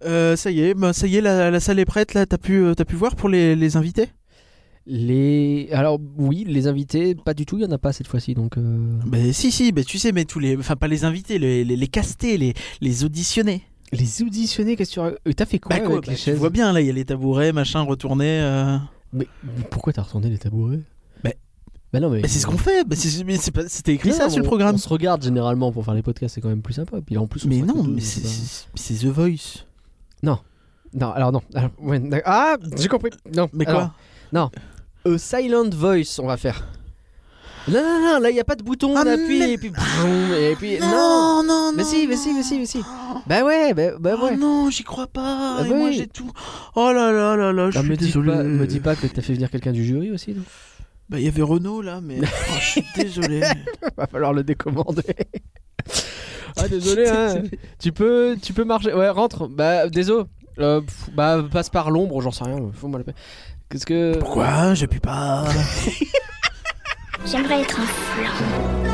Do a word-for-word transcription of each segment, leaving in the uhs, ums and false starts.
Euh, ça y est, bah, ça y est, la, la salle est prête. Là, t'as pu, euh, t'as pu voir pour les, les invités. Les... Alors oui, les invités, pas du tout, il y en a pas cette fois-ci, donc... Euh... Bah si, si, bah, tu sais, mais tous les... Enfin, pas les invités, les, les, les castés, les, les auditionnés. Les auditionnés, qu'est-ce que tu... Euh, t'as fait quoi, bah, avec quoi les bah, chaises? Tu vois bien, là, il y a les tabourets, machin, retournés... Euh... Mais, mais pourquoi t'as retourné les tabourets? Bah, bah non, mais... bah c'est ce qu'on fait, bah, c'est, mais c'est pas, c'était écrit non, ça on, sur le programme. On se regarde généralement pour faire les podcasts, c'est quand même plus sympa, puis là, en plus... On mais non, deux, mais c'est, c'est, c'est The Voice. Non, non, alors non. Alors, ouais, ah, j'ai compris. Non, mais alors, quoi? Non. A Silent Voice, on va faire. Non, non, non, là, il n'y a pas de bouton ah, d'appui, mais... et puis... Et puis non, non, non, mais non, si, mais si, mais si, mais si. Bah ouais, bah, bah ouais. Oh non, j'y crois pas. Bah et ouais. moi, j'ai tout... Oh là là là là, je bah, suis me désolé. Dis pas, me dis pas que t'as fait venir quelqu'un du jury aussi, non? Bah, il y avait Renaud, là, mais... oh, je suis désolé. Va falloir le décommander. Ah, désolé, hein. tu, peux, tu peux marcher. Ouais, rentre. Bah, désolé. Euh, pff, bah, passe par l'ombre, j'en sais rien. Faut-moi la paix. Qu'est-ce que... Pourquoi? J'appuie pas. J'aimerais être un flan.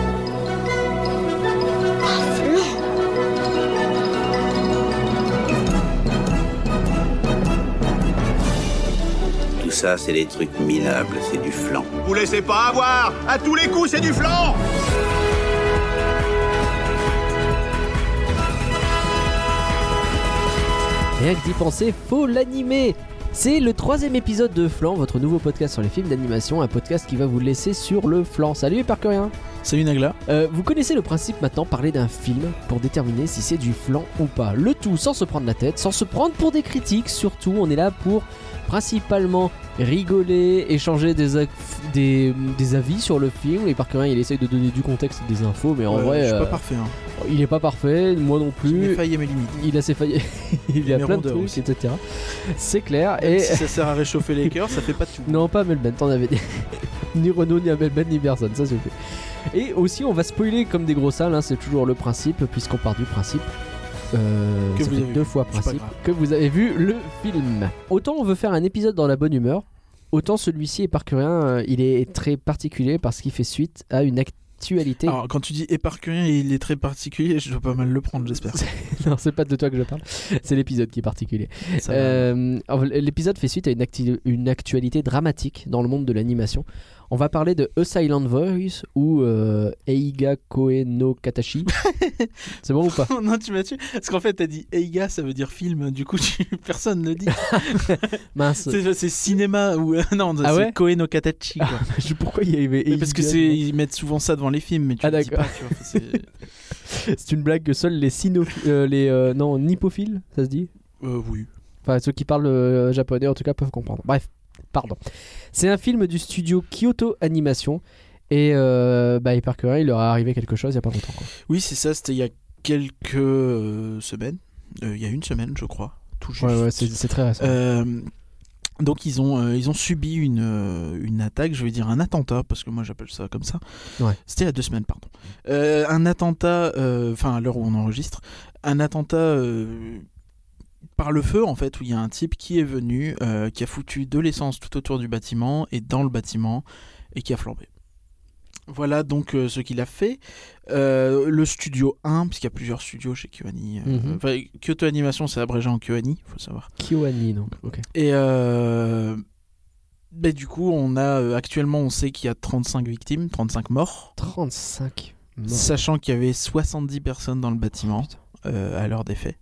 Un flan. Tout ça, c'est des trucs minables, c'est du flan. Vous laissez pas avoir. À tous les coups, c'est du flan. Rien que d'y penser, faut l'animer. C'est le troisième épisode de Flan, votre nouveau podcast sur les films d'animation, un podcast qui va vous laisser sur le flanc. Salut Éparcurien. Salut Nagla. Euh, vous connaissez le principe maintenant, parler d'un film pour déterminer si c'est du flan ou pas. Le tout sans se prendre la tête, sans se prendre pour des critiques, surtout on est là pour principalement rigoler, échanger des, ac- des, des avis sur le film. Éparcurien il essaye de donner du contexte et des infos, mais en ouais, vrai... Je suis euh, pas parfait. Hein. Il est pas parfait, moi non plus. J'ai mes failles et mes limites. Il a ses failles, il y a mes plein de trucs, aussi. et cetera. C'est clair. Même et si ça sert à réchauffer les cœurs, ça fait pas tout. non, pas Melben, t'en avais dit. Ni Renault, ni Melben, ni personne, ça c'est fait. Et aussi, on va spoiler comme des gros salles, hein, c'est toujours le principe, puisqu'on part du principe. Euh, que ça vous fait avez deux vu. fois C'est principe que vous avez vu le film. Autant on veut faire un épisode dans la bonne humeur, autant celui-ci Éparcurien, euh, il est très particulier parce qu'il fait suite à une actualité. Alors, quand tu dis Éparcurien, il est très particulier, je dois pas mal le prendre, j'espère. Non, c'est pas de toi que je parle, c'est l'épisode qui est particulier. Ça Euh, l'épisode fait suite à une, acti- une actualité dramatique dans le monde de l'animation. On va parler de A Silent Voice ou euh, Eiga Koe no Katachi. C'est bon ou pas? Non, tu m'as tué. Parce qu'en fait, t'as dit Eiga, ça veut dire film. Du coup, tu... personne ne le dit. Mince. C'est, c'est cinéma ou. Non, Ah c'est ouais Koe no Katachi. Quoi. Je sais pourquoi il y avait. Mais parce que c'est... ils mettent souvent ça devant les films, mais tu ah, le dis d'accord. pas. Tu vois, c'est... c'est une blague que seuls les sinophiles. Euh, les, euh, non, nippophiles, ça se dit? Euh, oui. Enfin, ceux qui parlent euh, japonais en tout cas peuvent comprendre. Bref, pardon. C'est un film du studio Kyoto Animation. Et euh, bah, Éparcurien, il leur est arrivé quelque chose il y a pas longtemps. Quoi. Oui, c'est ça, c'était il y a quelques euh, semaines. Euh, il y a une semaine, je crois. Tout juste. Ouais, ouais, c'est, c'est très récent. Euh, donc ils ont, euh, ils ont subi une, euh, une attaque, je vais dire un attentat, parce que moi j'appelle ça comme ça. Ouais. C'était il y a deux semaines, pardon. Euh, un attentat, enfin euh, à l'heure où on enregistre, un attentat euh, par le feu en fait, où il y a un type qui est venu, euh, qui a foutu de l'essence tout autour du bâtiment et dans le bâtiment, et qui a flambé. Voilà donc euh, ce qu'il a fait. Euh, le studio un, puisqu'il y a plusieurs studios chez KyoAni. Euh, Mhm. enfin, Kyoto Animation, c'est abrégé en KyoAni, il faut savoir. KyoAni, donc, ok. Et euh, bah, du coup, on a euh, actuellement, on sait qu'il y a trente-cinq victimes, trente-cinq morts. trente-cinq morts. Sachant qu'il y avait soixante-dix personnes dans le bâtiment euh, à l'heure des faits.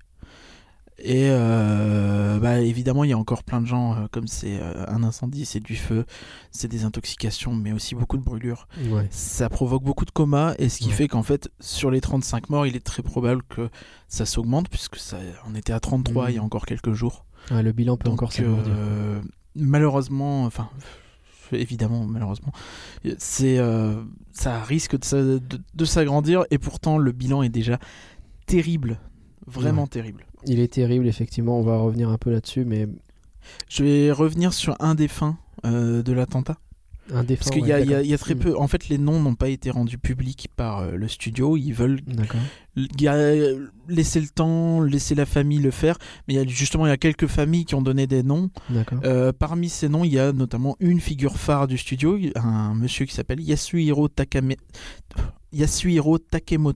Et euh, bah, évidemment, il y a encore plein de gens, euh, comme c'est euh, un incendie, c'est du feu, c'est des intoxications, mais aussi beaucoup de brûlures. Ouais. Ça provoque beaucoup de comas, et ce qui Ouais. fait qu'en fait, sur les trente-cinq morts, il est très probable que ça s'augmente, puisque ça, on était à trente-trois Mmh. il y a encore quelques jours. Ouais, le bilan peut Donc, encore s'agrandir. euh, malheureusement, enfin, évidemment, malheureusement, c'est, euh, ça risque de, sa- de, de s'agrandir, et pourtant, le bilan est déjà terrible, vraiment Ouais. terrible. Il est terrible, effectivement. On va revenir un peu là-dessus, mais Je vais revenir sur un des fins euh, de l'attentat. un défunt. Parce qu'il ouais, y, a- il y a- d'accord. il y a très Mm. peu. En fait, les noms n'ont pas été rendus publics par euh, le studio. Ils veulent D'accord. l- ga- laisser le temps, laisser la famille le faire. Mais il y a, justement, il y a quelques familles qui ont donné des noms. D'accord. Euh, parmi ces noms, il y a notamment une figure phare du studio, un monsieur qui s'appelle Yasuhiro, Takame... Yasuhiro Takemoto,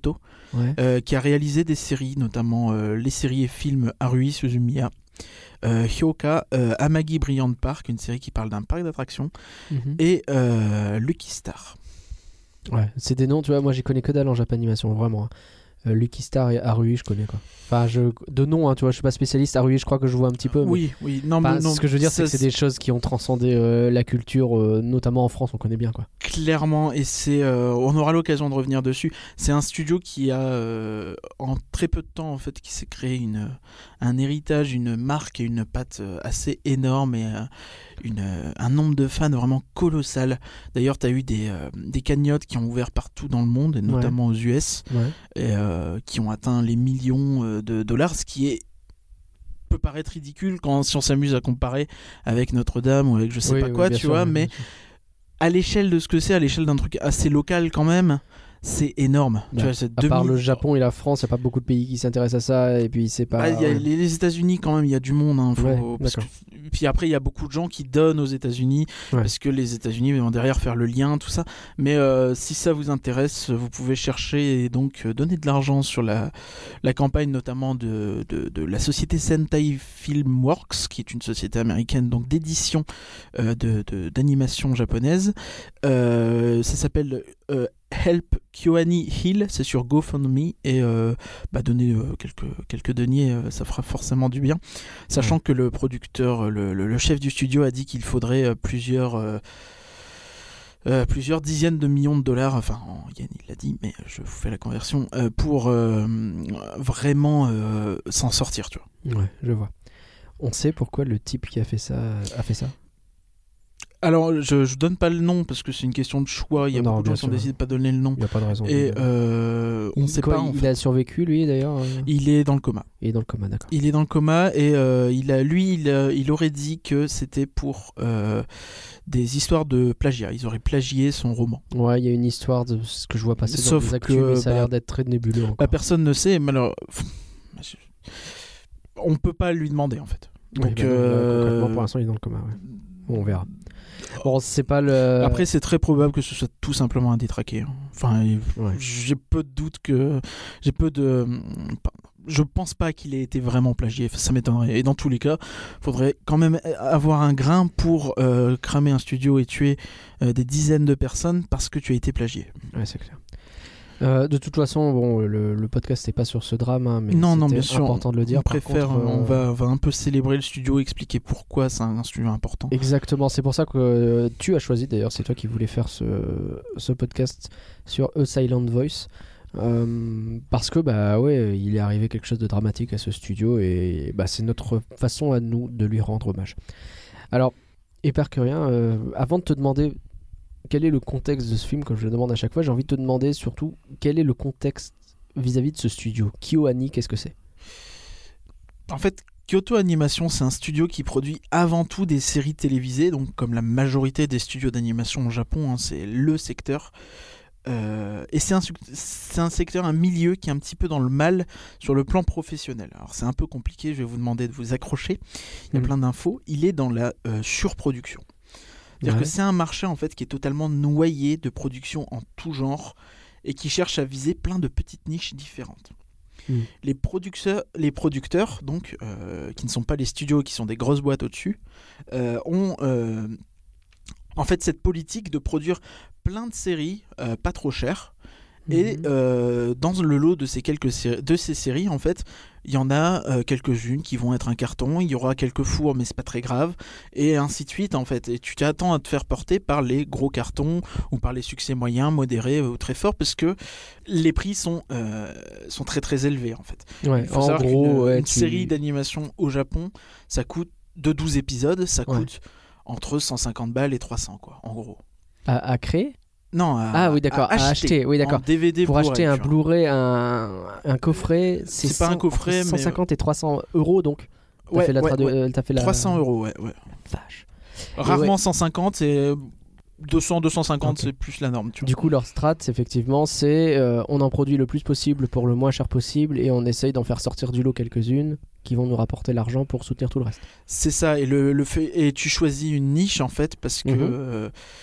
Ouais. euh, qui a réalisé des séries, notamment euh, les séries et films Haruhi Suzumiya, euh, Hyoka, euh, Amagi Brilliant Park, une série qui parle d'un parc d'attractions, Mhm. et euh, Lucky Star. Ouais, c'est des noms, tu vois, moi j'y connais que dalle en Japanimation, vraiment. hein. Euh, Lucky Star et Haruhi, je connais quoi. Enfin, je... de nom, hein, tu vois, je suis pas spécialiste. Haruhi, je crois que je vois un petit peu. mais- Oui, oui, non, Enfin, mais non, ce que je veux dire, c'est ça, que c'est des choses qui ont transcendé euh, la culture, euh, notamment en France, on connaît bien quoi. clairement, et c'est, euh, on aura l'occasion de revenir dessus. C'est un studio qui a, euh, en très peu de temps, en fait, qui s'est créé une, un héritage, une marque et une patte euh, assez énorme et euh, une, euh, un nombre de fans vraiment colossal. D'ailleurs, tu as eu des, euh, des cagnottes qui ont ouvert partout dans le monde, et notamment aux U S, Ouais. et, euh, qui ont atteint les millions euh, de dollars, ce qui est peut paraître ridicule quand si on s'amuse à comparer avec Notre-Dame ou avec je sais Oui, pas oui, quoi, bien tu sûr, vois, oui, mais bien sûr. à l'échelle de ce que c'est, à l'échelle d'un truc assez local quand même, c'est énorme. Bah, tu vois, c'est à part deux le mille Japon et la France, il n'y a pas beaucoup de pays qui s'intéressent à ça, et puis c'est pas. Bah, il y a ouais. les, les États-Unis quand même, il y a du monde. Hein, faut- Ouais, parce d'accord. que- puis après, il y a beaucoup de gens qui donnent aux États-Unis Ouais. parce que les États-Unis vont derrière faire le lien, tout ça. Mais euh, si ça vous intéresse, vous pouvez chercher et donc euh, donner de l'argent sur la, la campagne, notamment de, de, de la société Sentai Filmworks, qui est une société américaine donc d'édition euh, de, de- d'animation japonaise. Euh, ça s'appelle euh, Help Kyoani Hill, c'est sur GoFundMe, et euh, bah, donner euh, quelques, quelques deniers, euh, ça fera forcément du bien. Sachant Ouais. que le producteur, le, le- le chef du studio a dit qu'il faudrait euh, plusieurs, euh, euh, plusieurs dizaines de millions de dollars, enfin en yen il l'a dit, mais je vous fais la conversion, euh, pour euh, vraiment euh, s'en sortir, tu vois. Ouais, je vois. On sait pourquoi le type qui a fait ça a fait ça. Alors je, je donne pas le nom parce que c'est une question de choix, il y a Non, beaucoup de bien gens qui ont sûr. décidé de pas donner le nom. Il n'y a pas de raison. Et de- euh, on il, sait quoi, pas en il fait. a survécu lui d'ailleurs. euh, Il est dans le coma. Il est dans le coma, d'accord. Il est dans le coma et euh, il a, lui, il, a- il aurait dit que c'était pour euh, des histoires de plagiat. Ils auraient plagié son roman. Ouais, il y a une histoire de ce que je vois passer Sauf dans les actus, que, mais ça a bah, l'air d'être très nébuleux encore. Bah, personne ne sait, mais alors, pff, on peut pas lui demander en fait. Oui, Donc, bah non, là, euh, concrètement, pour l'instant, il est dans le coma. Ouais. On verra. Bon, c'est pas le. Après, c'est très probable que ce soit tout simplement un détraqué. hein. Enfin, il- Ouais. j'ai peu de doute que. J'ai peu de. Je pense pas qu'il ait été vraiment plagié. Enfin, ça m'étonnerait. Et dans tous les cas, faudrait quand même avoir un grain pour euh, cramer un studio et tuer euh, des dizaines de personnes parce que tu as été plagié. Ouais, c'est clair. Euh, de toute façon, bon, le, le podcast n'est pas sur ce drame, hein, mais non, non, c'était bien sûr. important de le dire. On Par préfère. contre, euh, On, va, on va un peu célébrer le studio, expliquer pourquoi c'est un, un studio important. Exactement, c'est pour ça que euh, tu as choisi, d'ailleurs, c'est toi qui voulais faire ce, ce podcast sur A Silent Voice. Euh, parce que, bah ouais, il est arrivé quelque chose de dramatique à ce studio et bah, c'est notre façon à nous de lui rendre hommage. Alors, Hypercurien, euh, avant de te demander quel est le contexte de ce film, comme je le demande à chaque fois, j'ai envie de te demander surtout quel est le contexte vis-à-vis de ce studio. KyoAni, qu'est-ce que c'est ? En fait, Kyoto Animation, c'est un studio qui produit avant tout des séries télévisées, donc comme la majorité des studios d'animation au Japon, hein, c'est le secteur. Euh, et c'est un, c'est un secteur, un milieu qui est un petit peu dans le mal sur le plan professionnel. Alors c'est un peu compliqué, je vais vous demander de vous accrocher. Il y a Mmh. plein d'infos. Il est dans la euh, surproduction. C'est-à-dire Ouais. que c'est un marché en fait qui est totalement noyé de production en tout genre et qui cherche à viser plein de petites niches différentes. Mm. Les producteurs, les producteurs donc, euh, qui ne sont pas les studios, qui sont des grosses boîtes au-dessus, euh, ont euh, en fait cette politique de produire plein de séries euh, pas trop chères. Et Mhm. euh, dans le lot de ces quelques séries, de ces séries, en fait, il y en a euh, quelques-unes qui vont être un carton. Il y aura quelques fours, mais c'est pas très grave, et ainsi de suite, en fait. Et tu t'attends à te faire porter par les gros cartons ou par les succès moyens, modérés ou très forts, parce que les prix sont euh, sont très très élevés, en fait. Ouais, Il faut en savoir gros, qu'une ouais, une tu- série d'animation au Japon, ça coûte de douze épisodes, ça Ouais. coûte entre cent cinquante balles et trois cents, quoi, en gros. à, à créer. Non, à, Ah oui, d'accord, à à acheter, acheter, oui, d'accord. en D V D Pour Blu-ray, acheter un tu vois. Blu-ray, un, un coffret, c'est, C'est pas un cent coffret, entre mais- cent cinquante et trois cents euros donc. T'as Ouais, fait la ouais, tradu- ouais. euh, t'as fait la... trois cents euros, ouais, ouais. Vache. Rarement ouais. cent cinquante et deux cents, deux cent cinquante, Ok. c'est plus la norme, tu vois. Du coup, leur strat, effectivement, c'est euh, on en produit le plus possible pour le moins cher possible et on essaye d'en faire sortir du lot quelques-unes qui vont nous rapporter l'argent pour soutenir tout le reste. C'est ça, et, le, le fait, et tu choisis une niche en fait, parce que Mhm. euh,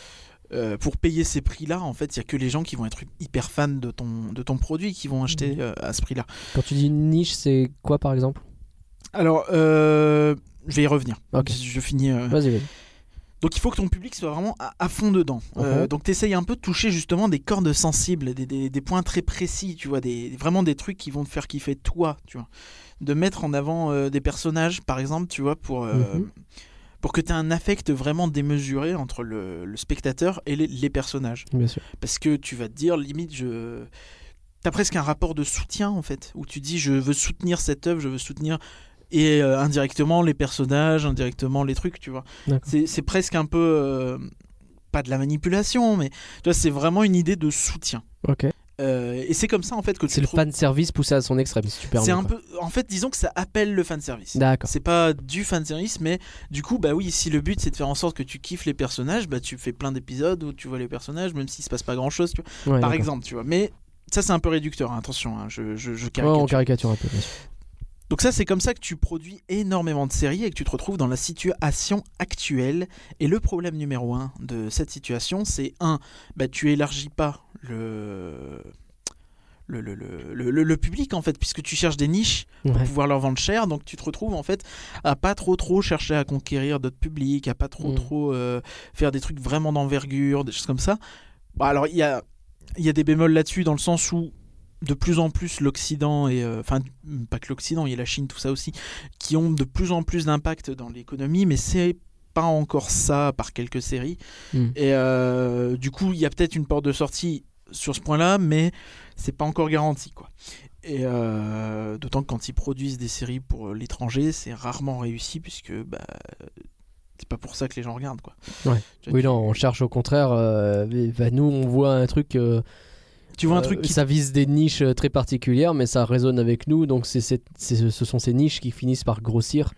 euh, pour payer ces prix-là, en fait, il y a que les gens qui vont être hyper fans de ton de ton produit qui vont acheter euh, à ce prix-là. Quand tu dis niche, c'est quoi par exemple? Alors, euh, je vais y revenir. Ok. Je, je finis. euh, Vas-y, vas-y. Donc il faut que ton public soit vraiment à, à fond dedans. Euh, Mhm. donc tu essayes un peu de toucher justement des cordes sensibles, des, des, des points très précis, tu vois, des, vraiment des trucs qui vont te faire kiffer toi, tu vois. De mettre en avant euh, des personnages, par exemple, tu vois, pour, euh, Mhm. pour que tu aies un affect vraiment démesuré entre le, le spectateur et les, les personnages. Bien sûr. Parce que tu vas te dire, limite, je... T'as presque un rapport de soutien, en fait, où tu dis, je veux soutenir cette œuvre, je veux soutenir... Et euh, indirectement les personnages, indirectement les trucs, tu vois. D'accord. C'est, c'est presque un peu euh, pas de la manipulation, mais tu vois, c'est vraiment une idée de soutien. Ok. Euh, et c'est comme ça en fait que tu C'est le trouves- fan service poussé à son extrême, si tu permets. C'est un quoi. peu, en fait, disons que ça appelle le fan service. D'accord. C'est pas du fan service, mais du coup, bah oui, si le but c'est de faire en sorte que tu kiffes les personnages, bah tu fais plein d'épisodes où tu vois les personnages, même s'il se passe pas grand chose, tu vois. Ouais, Par d'accord. exemple, tu vois. Mais ça c'est un peu réducteur, hein, attention, hein, je, je, je Ouais, caricature. on caricature un peu, bien sûr. Donc ça, c'est comme ça que tu produis énormément de séries et que tu te retrouves dans la situation actuelle. Et le problème numéro un de cette situation, c'est un, bah, tu élargis pas le... Le, le, le, le, le public en fait, puisque tu cherches des niches pour Ouais. pouvoir leur vendre cher, donc tu te retrouves en fait à pas trop trop chercher à conquérir d'autres publics, à pas trop Mm. trop euh, faire des trucs vraiment d'envergure, des choses comme ça. Bah, alors il y a, il y a des bémols là-dessus dans le sens où de plus en plus l'Occident et euh, enfin pas que l'Occident, il y a la Chine, tout ça aussi, qui ont de plus en plus d'impact dans l'économie, mais c'est pas encore ça par quelques séries. Mm. Et euh, du coup, il y a peut-être une porte de sortie sur ce point-là, mais c'est pas encore garanti, quoi. Et euh, d'autant que quand ils produisent des séries pour l'étranger, c'est rarement réussi puisque bah c'est pas pour ça que les gens regardent, quoi. Ouais. Tu vois, Oui, tu- non, on cherche au contraire. euh, bah, nous, on voit un truc. euh, Tu vois un euh, truc qui Ça vise des niches euh, très particulières, mais ça résonne avec nous. Donc, c'est, c'est, c'est- ce sont ces niches qui finissent par grossir.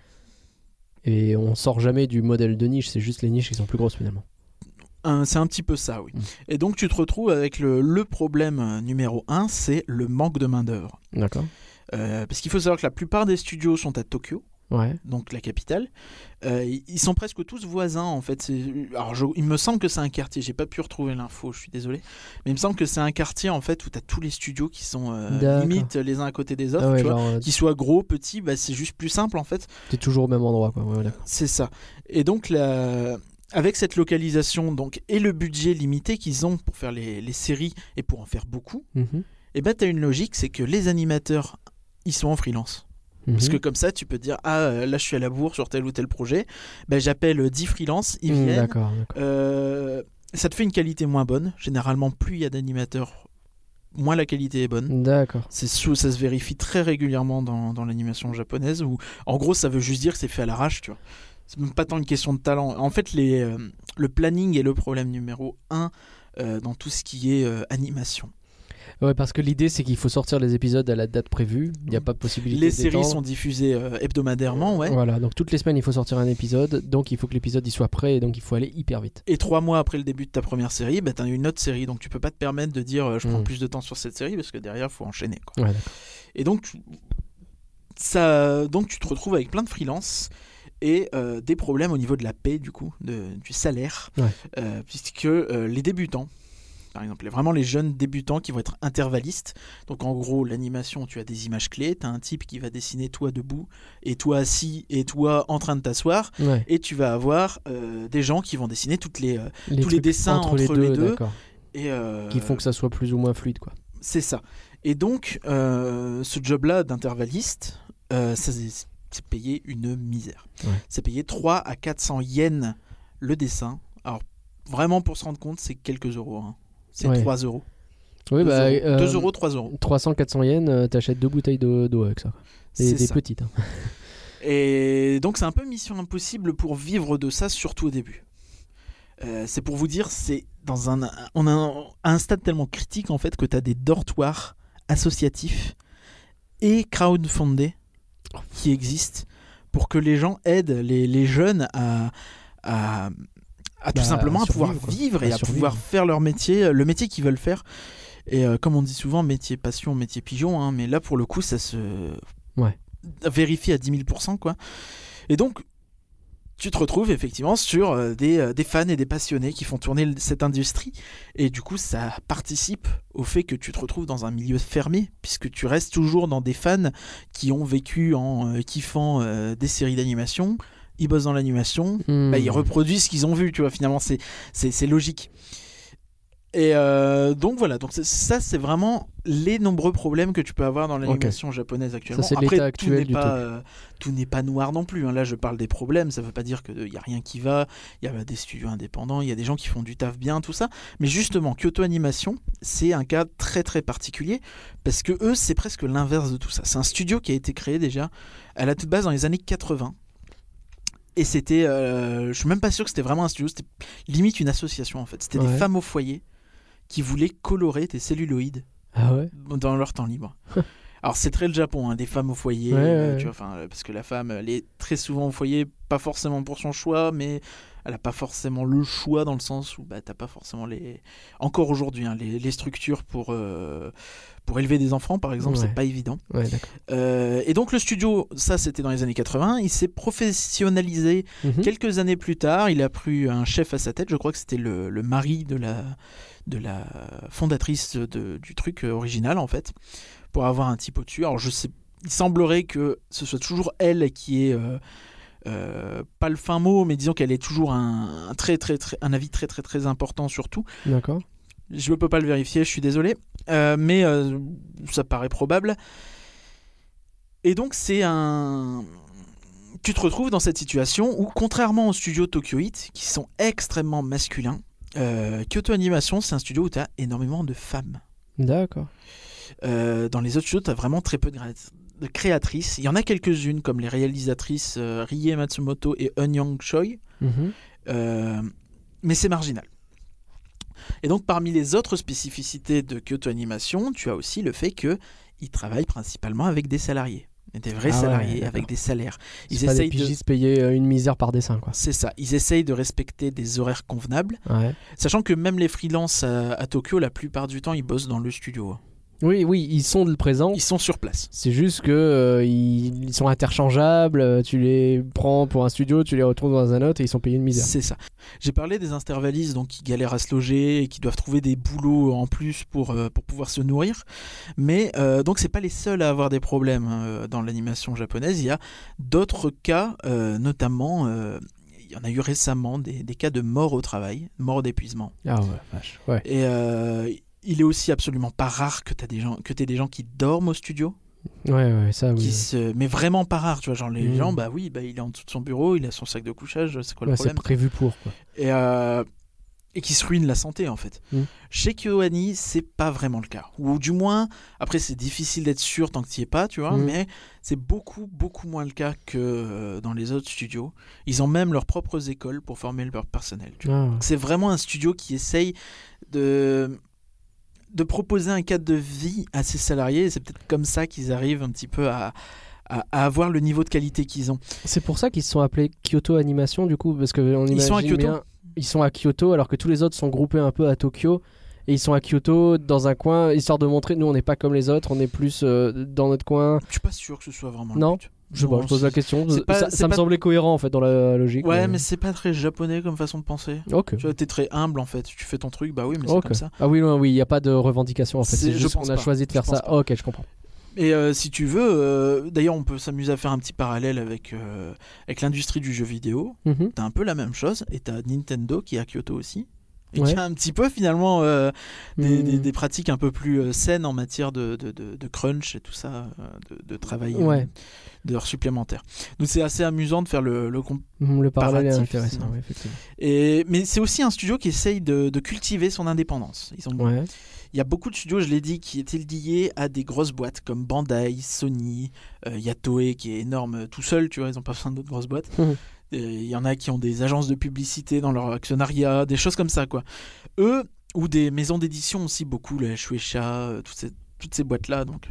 Et on sort jamais du modèle de niche. C'est juste les niches qui sont plus grosses finalement. Un- c'est un petit peu ça, oui. Mm. Et donc tu te retrouves avec le, le problème euh, numéro un, c'est le manque de main-d'œuvre. D'accord. Euh, parce qu'il faut savoir que la plupart des studios sont à Tokyo, Ouais. donc la capitale. Euh, ils ils sont presque tous voisins en fait. C'est... Alors je- il me semble que c'est un quartier, j'ai pas pu retrouver l'info, je suis désolé. Mais il me semble que c'est un quartier en fait où tu as tous les studios qui sont euh, D'accord. limite les uns à côté des autres. Ah ouais, tu vois. genre, euh, Qu'ils soient gros, petits, bah, c'est juste plus simple en fait. t'es toujours au même endroit, quoi. Ouais, d'accord. C'est ça. Et donc, la... avec cette localisation donc, et le budget limité qu'ils ont pour faire les, les séries et pour en faire beaucoup, Mhm. et ben, tu as une logique, c'est que les animateurs, ils sont en freelance. Parce Mhm. que comme ça, tu peux te dire, ah, euh, là, je suis à la bourre sur tel ou tel projet, ben, j'appelle dix freelances, ils Mm, viennent. D'accord, d'accord. Euh, ça te fait une qualité moins bonne. Généralement, plus il y a d'animateurs, moins la qualité est bonne. D'accord. C'est sous- ça se vérifie très régulièrement dans, dans l'animation japonaise où en gros ça veut juste dire que c'est fait à l'arrache, tu vois. C'est même pas tant une question de talent. En fait, les, euh, le planning est le problème numéro un euh, dans tout ce qui est euh, animation. Ouais, parce que l'idée, c'est qu'il faut sortir les épisodes à la date prévue. Il n'y a pas de possibilité Les séries d'étendre. sont diffusées euh, hebdomadairement, ouais. Voilà, donc toutes les semaines, il faut sortir un épisode. Donc il faut que l'épisode il soit prêt et donc il faut aller hyper vite. Et trois mois après le début de ta première série, bah, tu as une autre série. Donc tu peux pas te permettre de dire euh, je prends Mm. plus de temps sur cette série parce que derrière, il faut enchaîner, quoi. Ouais, d'accord. Et donc, tu- ça, donc tu te retrouves avec plein de freelance et euh, des problèmes au niveau de la paie, du coup, de, du salaire. Ouais. Euh, puisque euh, les débutants, par exemple, les- vraiment les jeunes débutants qui vont être intervallistes, donc en gros, l'animation, tu as des images clés, tu as un type qui va dessiner toi debout, et toi assis, et toi en train de t'asseoir, Ouais. et tu vas avoir euh, des gens qui vont dessiner toutes les, euh, Les tous les trucs dessins entre les deux, d'accord. et, euh, Qui font que ça soit plus ou moins fluide, quoi. c'est ça. Et donc, euh, ce job-là d'intervalliste, euh, ça, c'est c'est payé une misère. Ouais. C'est payé trois à quatre cents yens le dessin. Alors, vraiment, pour se rendre compte, c'est quelques euros. Hein. C'est Ouais. trois euros. Oui, deux, bah. euros. euh, deux euros, trois euros. trois cents à quatre cents yens, euh, t'achètes deux bouteilles d'eau, d'eau avec ça. Des, C'est des ça. petites. Hein. Et donc, c'est un peu mission impossible pour vivre de ça, surtout au début. Euh, c'est pour vous dire, c'est dans un, on a un, un stade tellement critique en fait que tu as des dortoirs associatifs et crowdfundés qui existent pour que les gens aident les, les jeunes à, à, à tout Bah, simplement à à pouvoir survivre, quoi. vivre et À à survivre. pouvoir faire leur métier, le métier qu'ils veulent faire. Et euh, comme on dit souvent, métier passion, métier pigeon, hein, mais là pour le coup ça se Ouais. vérifie à dix mille pour cent quoi. Et donc tu te retrouves effectivement sur euh, des, euh, des fans et des passionnés qui font tourner cette industrie. Et du coup, ça participe au fait que tu te retrouves dans un milieu fermé, puisque tu restes toujours dans des fans qui ont vécu en euh, kiffant euh, des séries d'animation. Ils bossent dans l'animation, Mmh. bah, ils reproduisent ce qu'ils ont vu, tu vois, finalement, c'est, c'est, c'est logique. Et euh, donc voilà, donc c'est, ça c'est vraiment les nombreux problèmes que tu peux avoir dans l'animation okay. japonaise actuellement. Ça, c'est Après, l'état actuel tout n'est du pas, truc. Euh, tout n'est pas noir non plus. Hein. Là, je parle des problèmes. Ça ne veut pas dire qu'il n'y a rien qui va. Il y a des studios indépendants, il y a des gens qui font du taf bien, tout ça. Mais justement, Kyoto Animation, c'est un cas très très particulier parce que eux, c'est presque l'inverse de tout ça. C'est un studio qui a été créé déjà à la toute base dans les années quatre-vingts. Et c'était, euh, je suis même pas sûr que c'était vraiment un studio. C'était limite une association en fait. C'était ouais. des femmes au foyer qui voulaient colorer des celluloïdes ah ouais dans leur temps libre. Alors c'est très le Japon, hein, des femmes au foyer, ouais, euh, ouais. tu vois, parce que la femme, elle est très souvent au foyer, pas forcément pour son choix, mais elle n'a pas forcément le choix dans le sens où bah, t'as pas forcément les, encore aujourd'hui, hein, les, les structures pour euh, pour élever des enfants, par exemple, ouais. c'est pas évident. Ouais, euh, et donc le studio, ça c'était dans les années quatre-vingts, il s'est professionnalisé mm-hmm. quelques années plus tard. Il a pris un chef à sa tête, je crois que c'était le, le mari de la de la fondatrice de, du truc original en fait, pour avoir un type au-dessus. Alors je sais, il semblerait que ce soit toujours elle qui est euh, euh, pas le fin mot, mais disons qu'elle est toujours un, un très très très un avis très très très important sur tout. D'accord. Je ne peux pas le vérifier, je suis désolé, euh, mais euh, ça paraît probable. Et donc c'est un, tu te retrouves dans cette situation où, contrairement aux studios Tokyo Heat, qui sont extrêmement masculins, Euh, Kyoto Animation, c'est un studio où tu as énormément de femmes. D'accord. Euh, dans les autres studios, tu as vraiment très peu de, de créatrices. Il y en a quelques-unes, comme les réalisatrices euh, Rie Matsumoto et Eun Young Choi. Mm-hmm. Euh, mais c'est marginal. Et donc, parmi les autres spécificités de Kyoto Animation, tu as aussi le fait qu'ils travaillent principalement avec des salariés. Des vrais ah salariés ouais, avec des salaires. Ils c'est pas des pigistes de... payer une misère par dessin, quoi. C'est ça. Ils essayent de respecter des horaires convenables, ouais. sachant que même les freelances à, à Tokyo, la plupart du temps, ils bossent dans le studio. Oui, oui, ils sont présents. Ils sont sur place. C'est juste que euh, ils, ils sont interchangeables. Tu les prends pour un studio, tu les retrouves dans un autre et ils sont payés une misère. C'est ça. J'ai parlé des intervallistes, donc qui galèrent à se loger et qui doivent trouver des boulots en plus pour euh, pour pouvoir se nourrir. Mais euh, donc c'est pas les seuls à avoir des problèmes euh, dans l'animation japonaise. Il y a d'autres cas, euh, notamment. Euh, il y en a eu récemment des, des cas de mort au travail, mort d'épuisement. Ah ouais, vache. Ouais. Et euh, il est aussi absolument pas rare que tu aies des gens, que t'aies des gens qui dorment au studio. Ouais, ouais, ça, oui. Qui se... Mais vraiment pas rare, tu vois. Genre, les mmh. gens, bah oui, bah, il est en dessous de son bureau, il a son sac de couchage, c'est quoi le ouais, problème? C'est prévu pour, quoi. Et, euh... et qui se ruinent la santé, en fait. Mmh. Chez KyoAni, c'est pas vraiment le cas. Ou du moins, après, c'est difficile d'être sûr tant que tu y es pas, tu vois, mmh. mais c'est beaucoup, beaucoup moins le cas que euh, dans les autres studios. Ils ont même leurs propres écoles pour former leur personnel. Tu vois. Ah. Donc, c'est vraiment un studio qui essaye de... de proposer un cadre de vie à ses salariés, et c'est peut-être comme ça qu'ils arrivent un petit peu à, à, à avoir le niveau de qualité qu'ils ont. C'est pour ça qu'ils se sont appelés Kyoto Animation, du coup, parce qu'on imagine ils sont à Kyoto. Bien, ils sont à Kyoto, alors que tous les autres sont groupés un peu à Tokyo, et ils sont à Kyoto, dans un coin, histoire de montrer, nous on n'est pas comme les autres, on est plus euh, dans notre coin. Je suis pas sûr que ce soit vraiment non. le but. Je, bon, je pose la question, pas, ça, ça pas... me semblait cohérent en fait dans la logique. Ouais, mais, mais c'est pas très japonais comme façon de penser. Okay. Tu vois, t'es très humble en fait, tu fais ton truc, bah oui, mais okay. c'est comme ça. Ah oui, non, oui, il n'y a pas de revendication en fait, c'est, c'est juste qu'on a pas. choisi de faire ça. Oh, ok, je comprends. Et euh, si tu veux, euh, d'ailleurs, on peut s'amuser à faire un petit parallèle avec, euh, avec l'industrie du jeu vidéo. Mm-hmm. T'as un peu la même chose, et t'as Nintendo qui est à Kyoto aussi. Et ouais. qui a un petit peu finalement euh, des, mmh. des, des pratiques un peu plus euh, saines en matière de, de, de, de crunch et tout ça, euh, de, de travail ouais. euh, d'heures supplémentaires. Donc c'est assez amusant de faire le, le comparatif. Mmh, le parallèle est intéressant, oui, effectivement. Et, mais c'est aussi un studio qui essaye de, de cultiver son indépendance. Ils ont, ouais. Il y a beaucoup de studios, je l'ai dit, qui étaient liés à des grosses boîtes comme Bandai, Sony, euh, il y a Toei qui est énorme tout seul, tu vois, ils n'ont pas besoin d'autres grosses boîtes. Mmh. Il y en a qui ont des agences de publicité dans leur actionnariat, des choses comme ça, quoi. Eux, ou des maisons d'édition aussi, beaucoup, les Shueisha, toutes ces, toutes ces boîtes-là. Donc,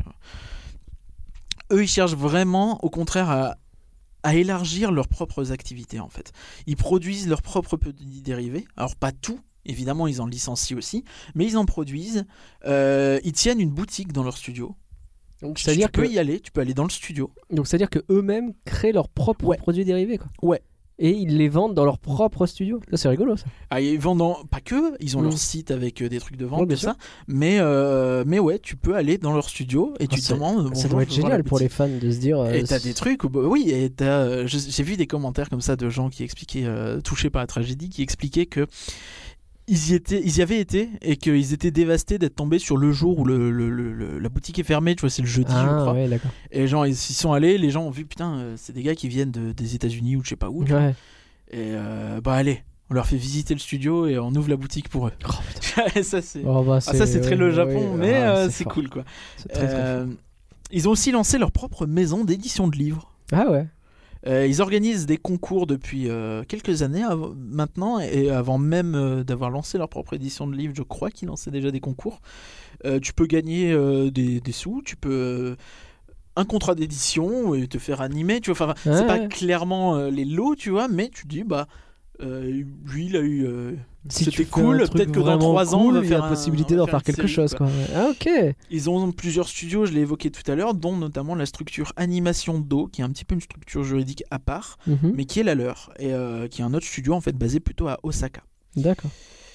euh... eux, ils cherchent vraiment, au contraire, à, à élargir leurs propres activités, en fait. Ils produisent leurs propres petits dérivés. Alors, pas tout, évidemment, ils en licencient aussi, mais ils en produisent. Euh, ils tiennent une boutique dans leur studio. Donc, c'est-à-dire tu peux que... y aller, tu peux aller dans le studio. Donc c'est-à-dire que eux-mêmes créent leurs propres ouais. produits dérivés, quoi. Ouais. et ils les vendent dans leur propre studio. Ça, c'est rigolo, ça. Ah, ils vendent en- pas que, ils ont Mm. leur site avec euh, des trucs de vente, Ouais, bien tout sûr. ça. Mais, euh, mais ouais, tu peux aller dans leur studio et tu Ah, te ça- demandes. Ça bonjour, doit je être veux voir la génial pour les boutique. fans de se dire. euh, Et t'as c'est- des trucs où, bah oui, et t'as, euh, je- j'ai vu des commentaires comme ça de gens qui expliquaient, euh, touchés par la tragédie, qui expliquaient que ils y, étaient, ils y avaient été et qu'ils étaient dévastés d'être tombés sur le jour où le, le- le- le- la boutique est fermée, tu vois, c'est le jeudi, je Ah, crois. ouais, d'accord. Et genre, ils y sont allés, les gens ont vu, putain, euh, c'est des gars qui viennent de- des États-Unis ou de je sais pas où. tu vois. Ouais. Et euh, bah allez, on leur fait visiter le studio et on ouvre la boutique pour eux. Oh, putain. Et ça, c'est. Oh, bah, Ah, ça c'est très ouais, le Japon, ouais, mais ah, euh, c'est c'est fort. cool quoi. C'est très, très Euh, fort. ils ont aussi lancé leur propre maison d'édition de livres. Ah ouais. Euh, ils organisent des concours depuis euh, quelques années av- maintenant, et avant même euh, d'avoir lancé leur propre édition de livres, je crois qu'ils lançaient déjà des concours. Euh, tu peux gagner euh, des, des sous, tu peux euh, un contrat d'édition et te faire animer, tu vois. Enfin, Ouais, c'est pas ouais. clairement euh, les lots, tu vois, mais tu te dis bah euh, lui il a eu euh, Si tu c'était fais cool, un truc peut-être que dans vraiment trois ans on cool, va il y a faire un- possibilité on va d'en faire une quelque série, chose, quoi. Ouais. Ah, ok. Ils ont plusieurs studios, je l'ai évoqué tout à l'heure, dont notamment la structure Animation Do, qui est un petit peu une structure juridique à part, Mhm. mais qui est la leur, et euh, qui est un autre studio en fait basé plutôt à Osaka. D'accord.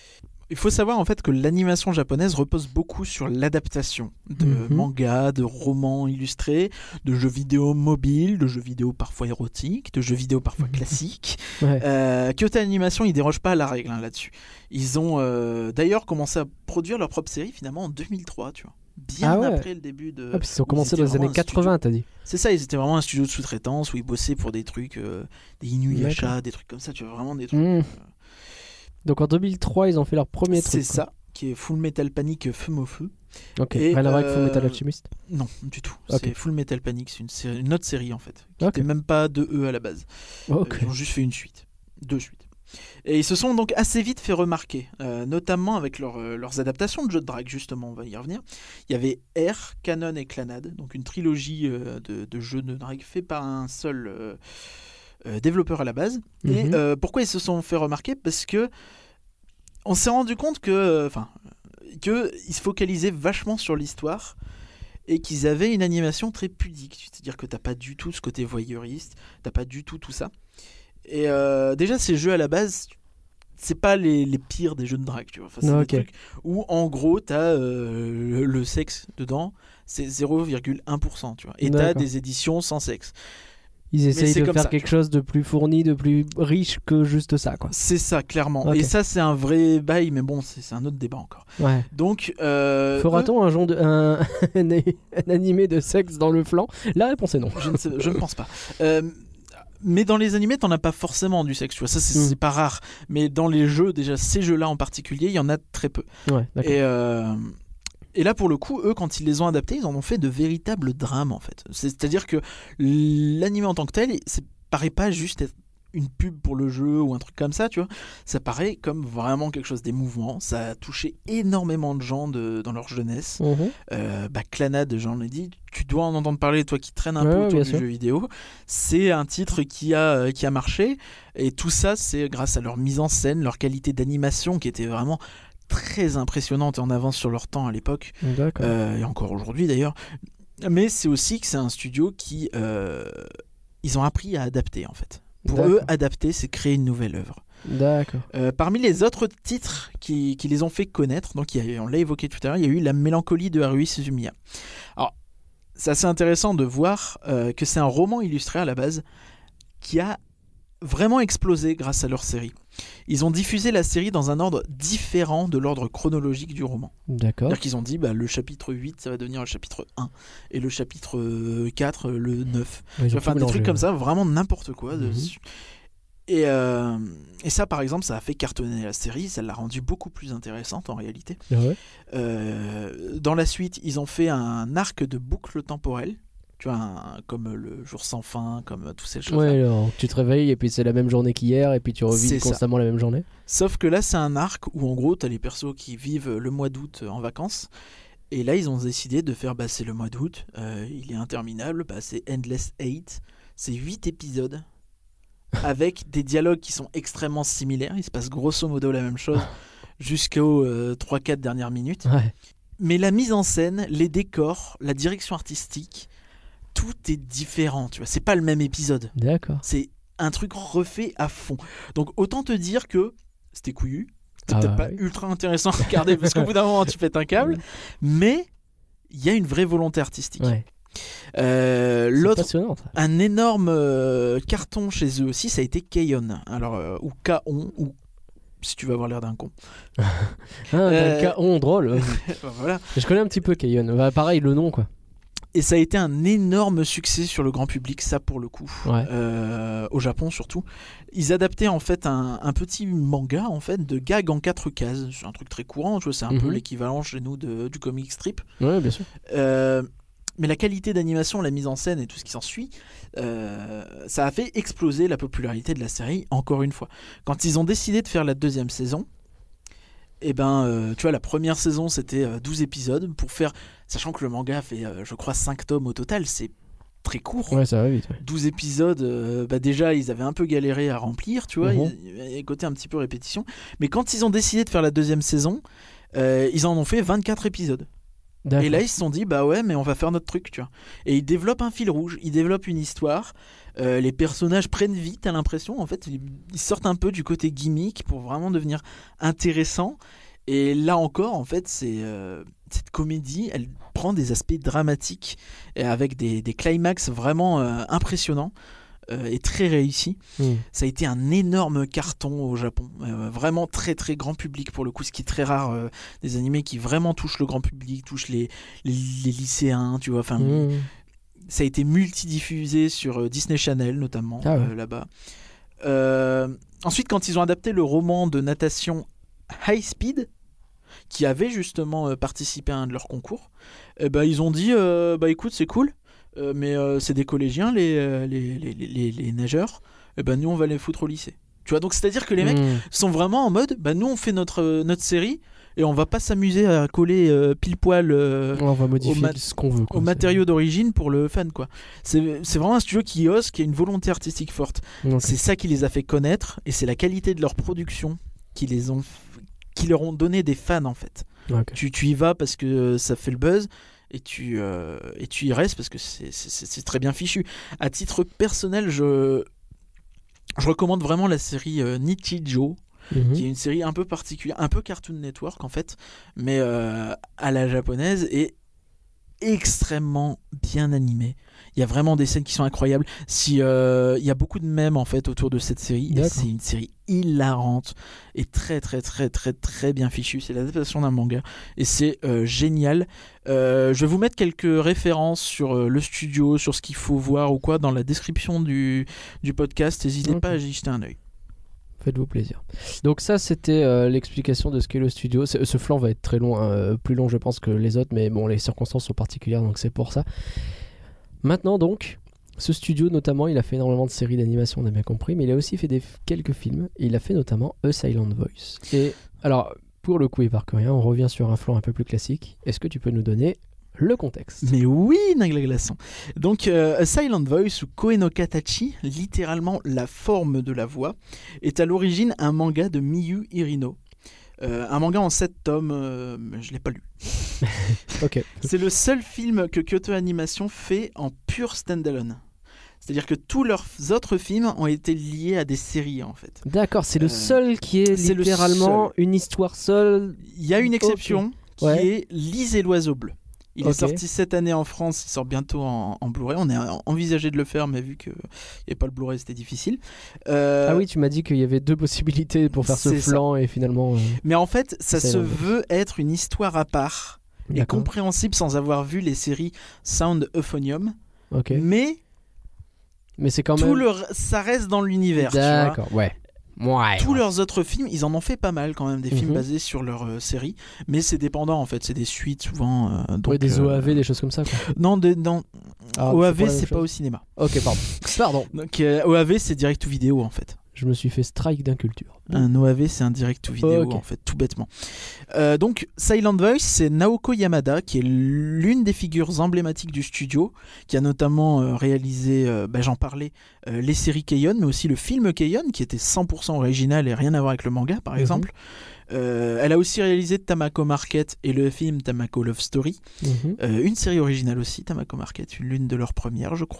Il faut savoir en fait que l'animation japonaise repose beaucoup sur l'adaptation de Mhm. mangas, de romans illustrés, de jeux vidéo mobiles, de jeux vidéo parfois érotiques, de jeux vidéo parfois classiques. Ouais. Euh, Kyoto Animation, ils dérogent pas à la règle hein, là-dessus. Ils ont euh, d'ailleurs commencé à produire leur propre série finalement en deux mille trois, tu vois. Bien Ah ouais. après le début de. Ah, parce qu'ils ont où commencé ils dans étaient les années vraiment un quatre-vingts, t'as dit. C'est ça, ils étaient vraiment un studio de sous-traitance où ils bossaient pour des trucs, euh, des Inuyasha, des trucs comme ça, tu vois, vraiment des trucs. Mm. euh, Donc en deux mille trois, ils ont fait leur premier truc. c'est quoi. ça, qui est Full Metal Panic Feu Mofu. Ok. Et, Rien à voir avec euh, Full Metal Alchemist. Non, du tout. Ok. C'est Full Metal Panic, c'est une, série- une autre série en fait. Qui Ok. n'était même pas de eux à la base. Ok. Euh, Ils ont juste fait une suite, deux suites. Et ils se sont donc assez vite fait remarquer, euh, notamment avec leur, euh, leurs adaptations de jeux de drague, justement, on va y revenir. Il y avait Air, Canon et Clannad, donc une trilogie euh, de, de jeux de drague fait par un seul euh, euh, développeur à la base. Et Mhm. euh, pourquoi ils se sont fait remarquer? Parce que on s'est rendu compte que, enfin, que ils se focalisaient vachement sur l'histoire et qu'ils avaient une animation très pudique, c'est-à-dire que t'as pas du tout ce côté voyeuriste, t'as pas du tout tout ça. Et euh, déjà ces jeux à la base, c'est pas les, les pires des jeux de drague, tu vois. Enfin, c'est Non, des ok. trucs où en gros t'as euh, le, le sexe dedans, c'est zéro virgule un pour cent, tu vois. Et t'as D'accord. des éditions sans sexe. Ils essayent c'est de comme faire ça, quelque tu vois. chose de plus fourni, de plus riche que juste ça, quoi. C'est ça, clairement. Ok. Et ça c'est un vrai bail, mais bon, c'est c'est un autre débat encore. Ouais. Donc, euh, eux- Fera-t-on un, genre de, un, un animé de sexe dans le flanc? La réponse est non. Je ne, sais- je ne pense pas. Euh, mais dans les animés, t'en as pas forcément du sexe, tu vois. Ça, c'est Mm. c'est pas rare. Mais dans les jeux, déjà, ces jeux-là en particulier, il y en a très peu. Ouais, d'accord. Et, euh, et là, pour le coup, eux, quand ils les ont adaptés, ils en ont fait de véritables drames, en fait. C'est- C'est-à-dire que l'animé en tant que tel, ça paraît pas juste être une pub pour le jeu ou un truc comme ça, tu vois. Ça paraît comme vraiment quelque chose d'émouvant. Ça a touché énormément de gens de- dans leur jeunesse. Mhm. Euh, bah, Clannad, j'en ai dit, tu dois en entendre parler, toi qui traînes un Ouais, peu ouais, autour bien du sûr. jeu vidéo. C'est un titre qui a, euh, qui a marché, et tout ça, c'est grâce à leur mise en scène, leur qualité d'animation qui était vraiment très impressionnante et en avance sur leur temps à l'époque, D'accord. euh, et encore aujourd'hui d'ailleurs. Mais c'est aussi que c'est un studio qui, euh, ils ont appris à adapter en fait. Pour D'accord. eux, adapter, c'est créer une nouvelle œuvre. D'accord. Euh, parmi les autres titres qui, qui les ont fait connaître, donc il y a, on l'a évoqué tout à l'heure, il y a eu La Mélancolie de Haruhi Suzumiya. Alors, c'est assez intéressant de voir euh, que c'est un roman illustré à la base qui a vraiment explosé grâce à leur série. Ils ont diffusé la série dans un ordre différent de l'ordre chronologique du roman. D'accord. C'est-à-dire qu'ils ont dit bah, le chapitre huit, ça va devenir le chapitre un, et le chapitre euh, quatre, euh, le neuf. Ouais, ils ont Enfin, tout des trucs mélangé, comme ouais. ça, vraiment n'importe quoi. de- Mhm. Et, euh, et ça, par exemple, ça a fait cartonner la série, ça l'a rendue beaucoup plus intéressante en réalité. Ah ouais. Euh, dans la suite, ils ont fait un arc de boucle temporelle, tu vois, un- comme le jour sans fin, comme toutes ces choses. Ouais, alors, tu te réveilles et puis c'est la même journée qu'hier et puis tu revis C'est ça. constamment la même journée. Sauf que là, c'est un arc où en gros, t'as les persos qui vivent le mois d'août en vacances. Et là, ils ont décidé de faire, bah, c'est le mois d'août, euh, il est interminable, bah, c'est Endless Eight, c'est huit épisodes avec des dialogues qui sont extrêmement similaires. Il se passe grosso modo la même chose jusqu'aux euh, trois quatre dernières minutes. Ouais. Mais la mise en scène, les décors, la direction artistique, tout est différent. Tu vois, c'est pas le même épisode. D'accord. C'est un truc refait à fond. Donc autant te dire que c'était couillu, c'était Ah peut-être bah pas oui. ultra intéressant à regarder parce qu'au bout d'un moment tu pètes un câble, mais il y a une vraie volonté artistique. Ouais. Euh, C'est l'autre, passionnant. Ça. un énorme euh, carton chez eux aussi, ça a été K-On! Alors, euh, ou K-On! Ou si tu veux avoir l'air d'un con. Ah, Euh, K O N, drôle. Voilà. Je connais un petit peu K-On! Bah, pareil, le nom, quoi. Et ça a été un énorme succès sur le grand public, ça pour le coup, Ouais. euh, au Japon surtout. Ils adaptaient en fait un, un petit manga en fait de gag en quatre cases. C'est un truc très courant, tu vois, c'est un Mhm. peu l'équivalent chez nous de, du comic strip. Ouais, bien sûr. Euh, mais la qualité d'animation, la mise en scène et tout ce qui s'ensuit, euh, ça a fait exploser la popularité de la série encore une fois. Quand ils ont décidé de faire la deuxième saison, et ben, euh, tu vois, la première saison c'était euh, douze épisodes pour faire, sachant que le manga fait, euh, je crois, cinq tomes au total, c'est très court. Ouais, ça va vite. Ouais. douze épisodes, euh, bah déjà ils avaient un peu galéré à remplir, tu vois, Mhm. il il y a un côté un petit peu répétition. Mais quand ils ont décidé de faire la deuxième saison, euh, ils en ont fait vingt-quatre épisodes. D'accord. Et là, ils se sont dit, bah ouais, mais on va faire notre truc, tu vois. Et ils développent un fil rouge, ils développent une histoire. Euh, les personnages prennent vie, t'as l'impression. En fait, ils ils sortent un peu du côté gimmick pour vraiment devenir intéressants. Et là encore, en fait, c'est euh, cette comédie, elle prend des aspects dramatiques et avec des, des climax vraiment euh, impressionnants euh, et très réussis. Hmm. Ça a été un énorme carton au Japon, euh, vraiment très très grand public pour le coup, ce qui est très rare, euh, des animés qui vraiment touchent le grand public, touchent les, les, les lycéens, tu vois, enfin, Hmm. ça a été multidiffusé sur euh, Disney Channel notamment, Ah ouais. euh, là-bas. Euh, ensuite, quand ils ont adapté le roman de natation High Speed, qui avait justement euh, participé à un de leurs concours, eh ben, ils ont dit, euh, bah écoute, c'est cool, euh, mais euh, c'est des collégiens, les, euh, les, les, les, les nageurs, eh ben, nous on va les foutre au lycée. Tu vois, donc c'est-à-dire que les mecs Hmm. sont vraiment en mode, bah nous on fait notre, euh, notre série, et on va pas s'amuser à coller euh, pile poil euh, On va modifier mat- ce qu'on veut. Quoi. au C'est- matériau d'origine pour le fan, quoi. C'est c'est vraiment un studio qui ose, qui a une volonté artistique forte. Ok. C'est ça qui les a fait connaître, et c'est la qualité de leur production qui les ont, qui leur ont donné des fans en fait. Ok. Tu, tu y vas parce que euh, ça fait le buzz, et tu, euh, et tu y restes parce que c'est- c'est c'est- c'est très bien fichu. À titre personnel, je, je recommande vraiment la série euh, Nichijou, Mhm. qui est une série un peu particulière, un peu Cartoon Network en fait, mais euh, à la japonaise, et extrêmement bien animée. Il y a vraiment des scènes qui sont incroyables. Si, euh, il y a beaucoup de mèmes en fait autour de cette série, et D'accord. c'est une série hilarante et très très très très très bien fichue. C'est l'adaptation d'un manga et c'est euh, génial. Euh, je vais vous mettre quelques références sur euh, le studio, sur ce qu'il faut voir ou quoi dans la description du, du podcast. N'hésitez Ok. pas à y jeter un œil. Faites-vous plaisir. Donc ça, c'était euh, l'explication de ce qu'est le studio. C'est- Ce flanc va être très long, hein, euh, plus long je pense que les autres, mais bon, les circonstances sont particulières, donc c'est pour ça. Maintenant donc, ce studio notamment, il a fait énormément de séries d'animation, on a bien compris, mais il a aussi fait des, quelques films, et il a fait notamment A Silent Voice. Et alors, pour le coup, il marque rien, on revient sur un flanc un peu plus classique. Est-ce que tu peux nous donner le contexte? Mais oui, Nagla Glaçon. Donc, euh, A Silent Voice, ou Koe no Katachi, littéralement la forme de la voix, est à l'origine un manga de Miyu Hirino. Euh, un manga en sept tomes, euh, mais je ne l'ai pas lu. Ok. C'est le seul film que Kyoto Animation fait en pur standalone. C'est-à-dire que tous leurs autres films ont été liés à des séries, en fait. D'accord, c'est le Euh, seul qui est c'est le littéralement seul. une histoire seule. Il y a une exception qui Ouais. est Lise et l'oiseau bleu. Il Ok. est sorti cette année en France, il sort bientôt en, en Blu-ray. On a envisagé de le faire, mais vu qu'il n'y avait pas le Blu-ray, c'était difficile. Euh, Ah oui, tu m'as dit qu'il y avait deux possibilités pour faire ce c'est ça. flanc et finalement. euh, Mais en fait, ça C'est se l'inverse. veut être une histoire à part et D'accord. compréhensible sans avoir vu les séries Sound Euphonium. Ok. Mais Mais c'est quand tout même. le, ça reste dans l'univers. tu vois. D'accord, ouais. Ouais. Tous leurs autres films, ils en ont fait pas mal quand même, des films Mhm. basés sur leur euh, série, mais c'est dépendant en fait, c'est des suites souvent. euh, donc, Ouais, des euh, O A V, des choses comme ça. Quoi. Non, de, non. Ah, O A c'est V, pas la même c'est pas chose. au cinéma. Ok, pardon. Pardon. Donc euh, O A V, c'est direct to vidéo en fait. Je me suis fait strike d'inculture. Un O A V, c'est un direct to vidéo Ok. en fait, tout bêtement. Euh, donc Silent Voice, c'est Naoko Yamada qui est l'une des figures emblématiques du studio, qui a notamment euh, réalisé, euh, bah, j'en parlais, euh, les séries Keion, mais aussi le film Keion qui était cent pour cent original et rien à voir avec le manga par Mhm. exemple. Euh, elle a aussi réalisé Tamako Market et le film Tamako Love Story. Mhm. Euh, une série originale aussi, Tamako Market, l'une de leurs premières, je crois.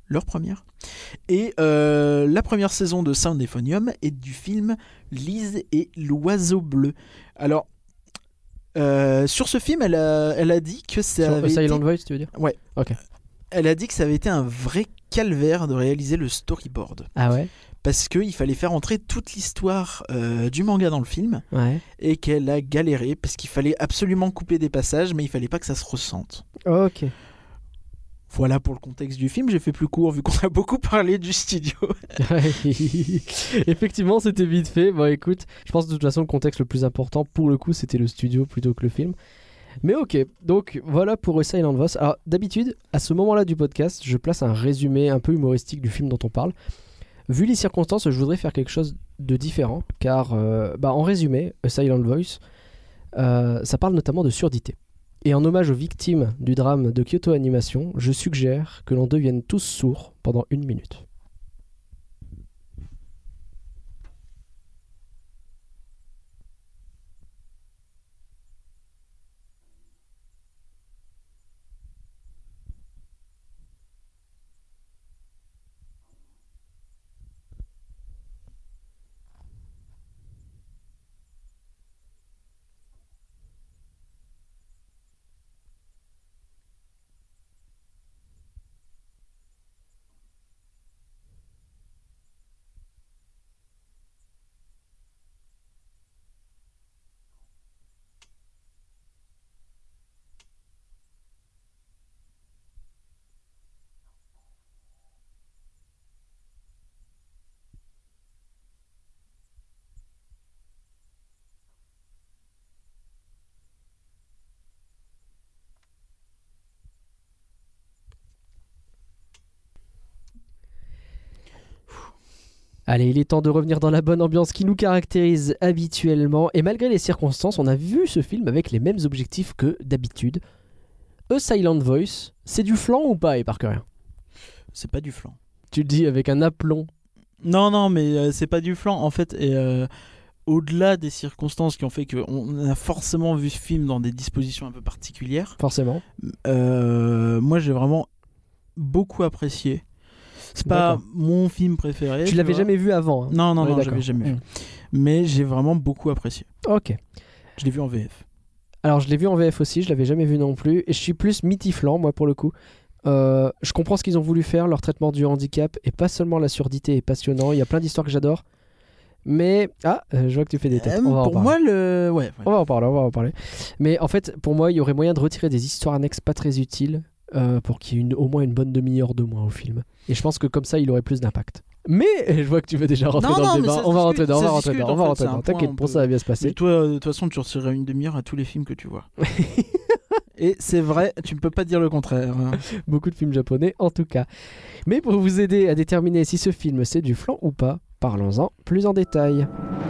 leur première. Et euh, la première saison de Sound Euphonium est du film Lise et l'oiseau bleu. Alors, euh, sur ce film, elle a, elle a dit que ça Sur avait Silent été... Voice, tu veux dire? Ouais. Ok. Elle a dit que ça avait été un vrai calvaire de réaliser le storyboard. Ah ouais? Parce qu'il fallait faire entrer toute l'histoire euh, du manga dans le film. Ouais. Et qu'elle a galéré parce qu'il fallait absolument couper des passages, mais il fallait pas que ça se ressente. Ok. Voilà pour le contexte du film. J'ai fait plus court vu qu'on a beaucoup parlé du studio. Effectivement, c'était vite fait. Bon, écoute, je pense de toute façon le contexte le plus important pour le coup, c'était le studio plutôt que le film. Mais ok, donc voilà pour A Silent Voice. Alors d'habitude, à ce moment-là du podcast, je place un résumé un peu humoristique du film dont on parle. Vu les circonstances, je voudrais faire quelque chose de différent, car euh, bah, en résumé, A Silent Voice, euh, ça parle notamment de surdité. Et en hommage aux victimes du drame de Kyoto Animation, je suggère que l'on devienne tous sourds pendant une minute. Allez, il est temps de revenir dans la bonne ambiance qui nous caractérise habituellement. Et malgré les circonstances, on a vu ce film avec les mêmes objectifs que d'habitude. A Silent Voice, c'est du flan ou pas, et par que rien? C'est pas du flan. Tu le dis avec un aplomb. Non, non, mais euh, c'est pas du flan. En fait, et, euh, au-delà des circonstances qui ont fait qu'on a forcément vu ce film dans des dispositions un peu particulières, Forcément. euh, moi j'ai vraiment beaucoup apprécié. C'est pas D'accord. mon film préféré. Tu l'avais vois. jamais vu avant, hein? Non, non, Ouais, non, d'accord. j'avais jamais vu. Mm. Mais j'ai vraiment beaucoup apprécié. Ok. Je l'ai vu en V F. Alors, je l'ai vu en V F aussi, je l'avais jamais vu non plus. Et je suis plus midi-flan, moi, pour le coup. Euh, je comprends ce qu'ils ont voulu faire, leur traitement du handicap, et pas seulement la surdité est passionnant. Il y a plein d'histoires que j'adore. Mais. Ah, euh, je vois que tu fais des têtes. Euh, On va en pour parler. moi, le. Ouais, ouais. On va en parler, on va en parler. Mais en fait, pour moi, il y aurait moyen de retirer des histoires annexes pas très utiles euh, pour qu'il y ait une, au moins une bonne demi-heure de moins au film. Et je pense que comme ça, il aurait plus d'impact. Mais je vois que tu veux déjà rentrer Non, dans non, le mais débat. ça se On va discute, rentrer dedans, on ça va se rentrer discute, dedans, on en va fait, rentrer c'est un dedans. point, T'inquiète, on pour peut- ça, ça va bien se Mais passer. toi, euh, de toute façon, tu retirerais une demi-heure à tous les films que tu vois. Et c'est vrai, tu ne peux pas dire le contraire. Beaucoup de films japonais, en tout cas. Mais pour vous aider à déterminer si ce film c'est du flan ou pas, parlons-en plus en détail.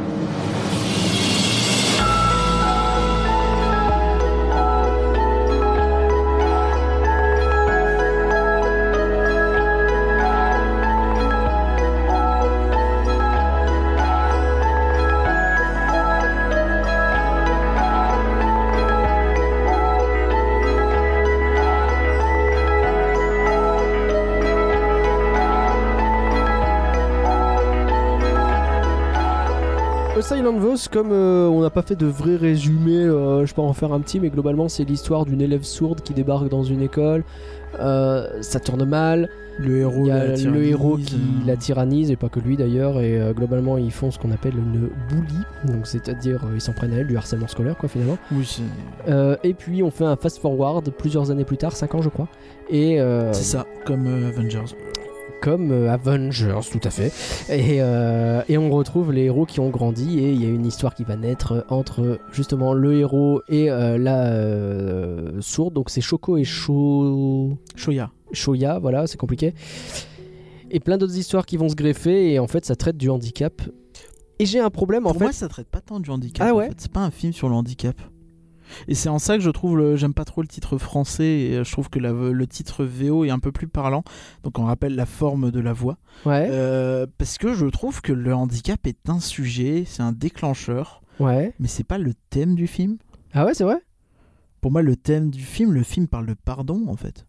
A Silent Voice, comme euh, on n'a pas fait de vrai résumé, euh, je peux en faire un petit, mais globalement c'est l'histoire d'une élève sourde qui débarque dans une école. Euh, ça tourne mal. Le héros, Il y a la le tyrannise, héros qui euh, la tyrannise, et pas que lui d'ailleurs, et euh, globalement ils font ce qu'on appelle une bully, donc c'est-à-dire euh, ils s'en prennent à elle, du harcèlement scolaire quoi finalement. Oui, c'est Euh, et puis on fait un fast-forward plusieurs années plus tard, cinq ans je crois, et euh, c'est ça, comme euh, Avengers. comme euh, Avengers, tout à fait. Et, euh, et on retrouve les héros qui ont grandi, et il y a une histoire qui va naître entre justement le héros et euh, la euh, sourde. Donc c'est Shoko et Sho... Shoya. Shoya, voilà, c'est compliqué. Et plein d'autres histoires qui vont se greffer, et en fait ça traite du handicap. Et j'ai un problème en Pour fait. moi, ça traite pas tant du handicap. Ah en ouais fait. C'est pas un film sur le handicap. Et c'est en ça que je trouve, le... j'aime pas trop le titre français, et je trouve que la... le titre V O est un peu plus parlant. Donc on rappelle la forme de la voix. Ouais, Euh, parce que je trouve que le handicap est un sujet, c'est un déclencheur, ouais. mais c'est pas le thème du film. Ah ouais, c'est vrai. Pour moi, le thème du film, le film parle de pardon en fait.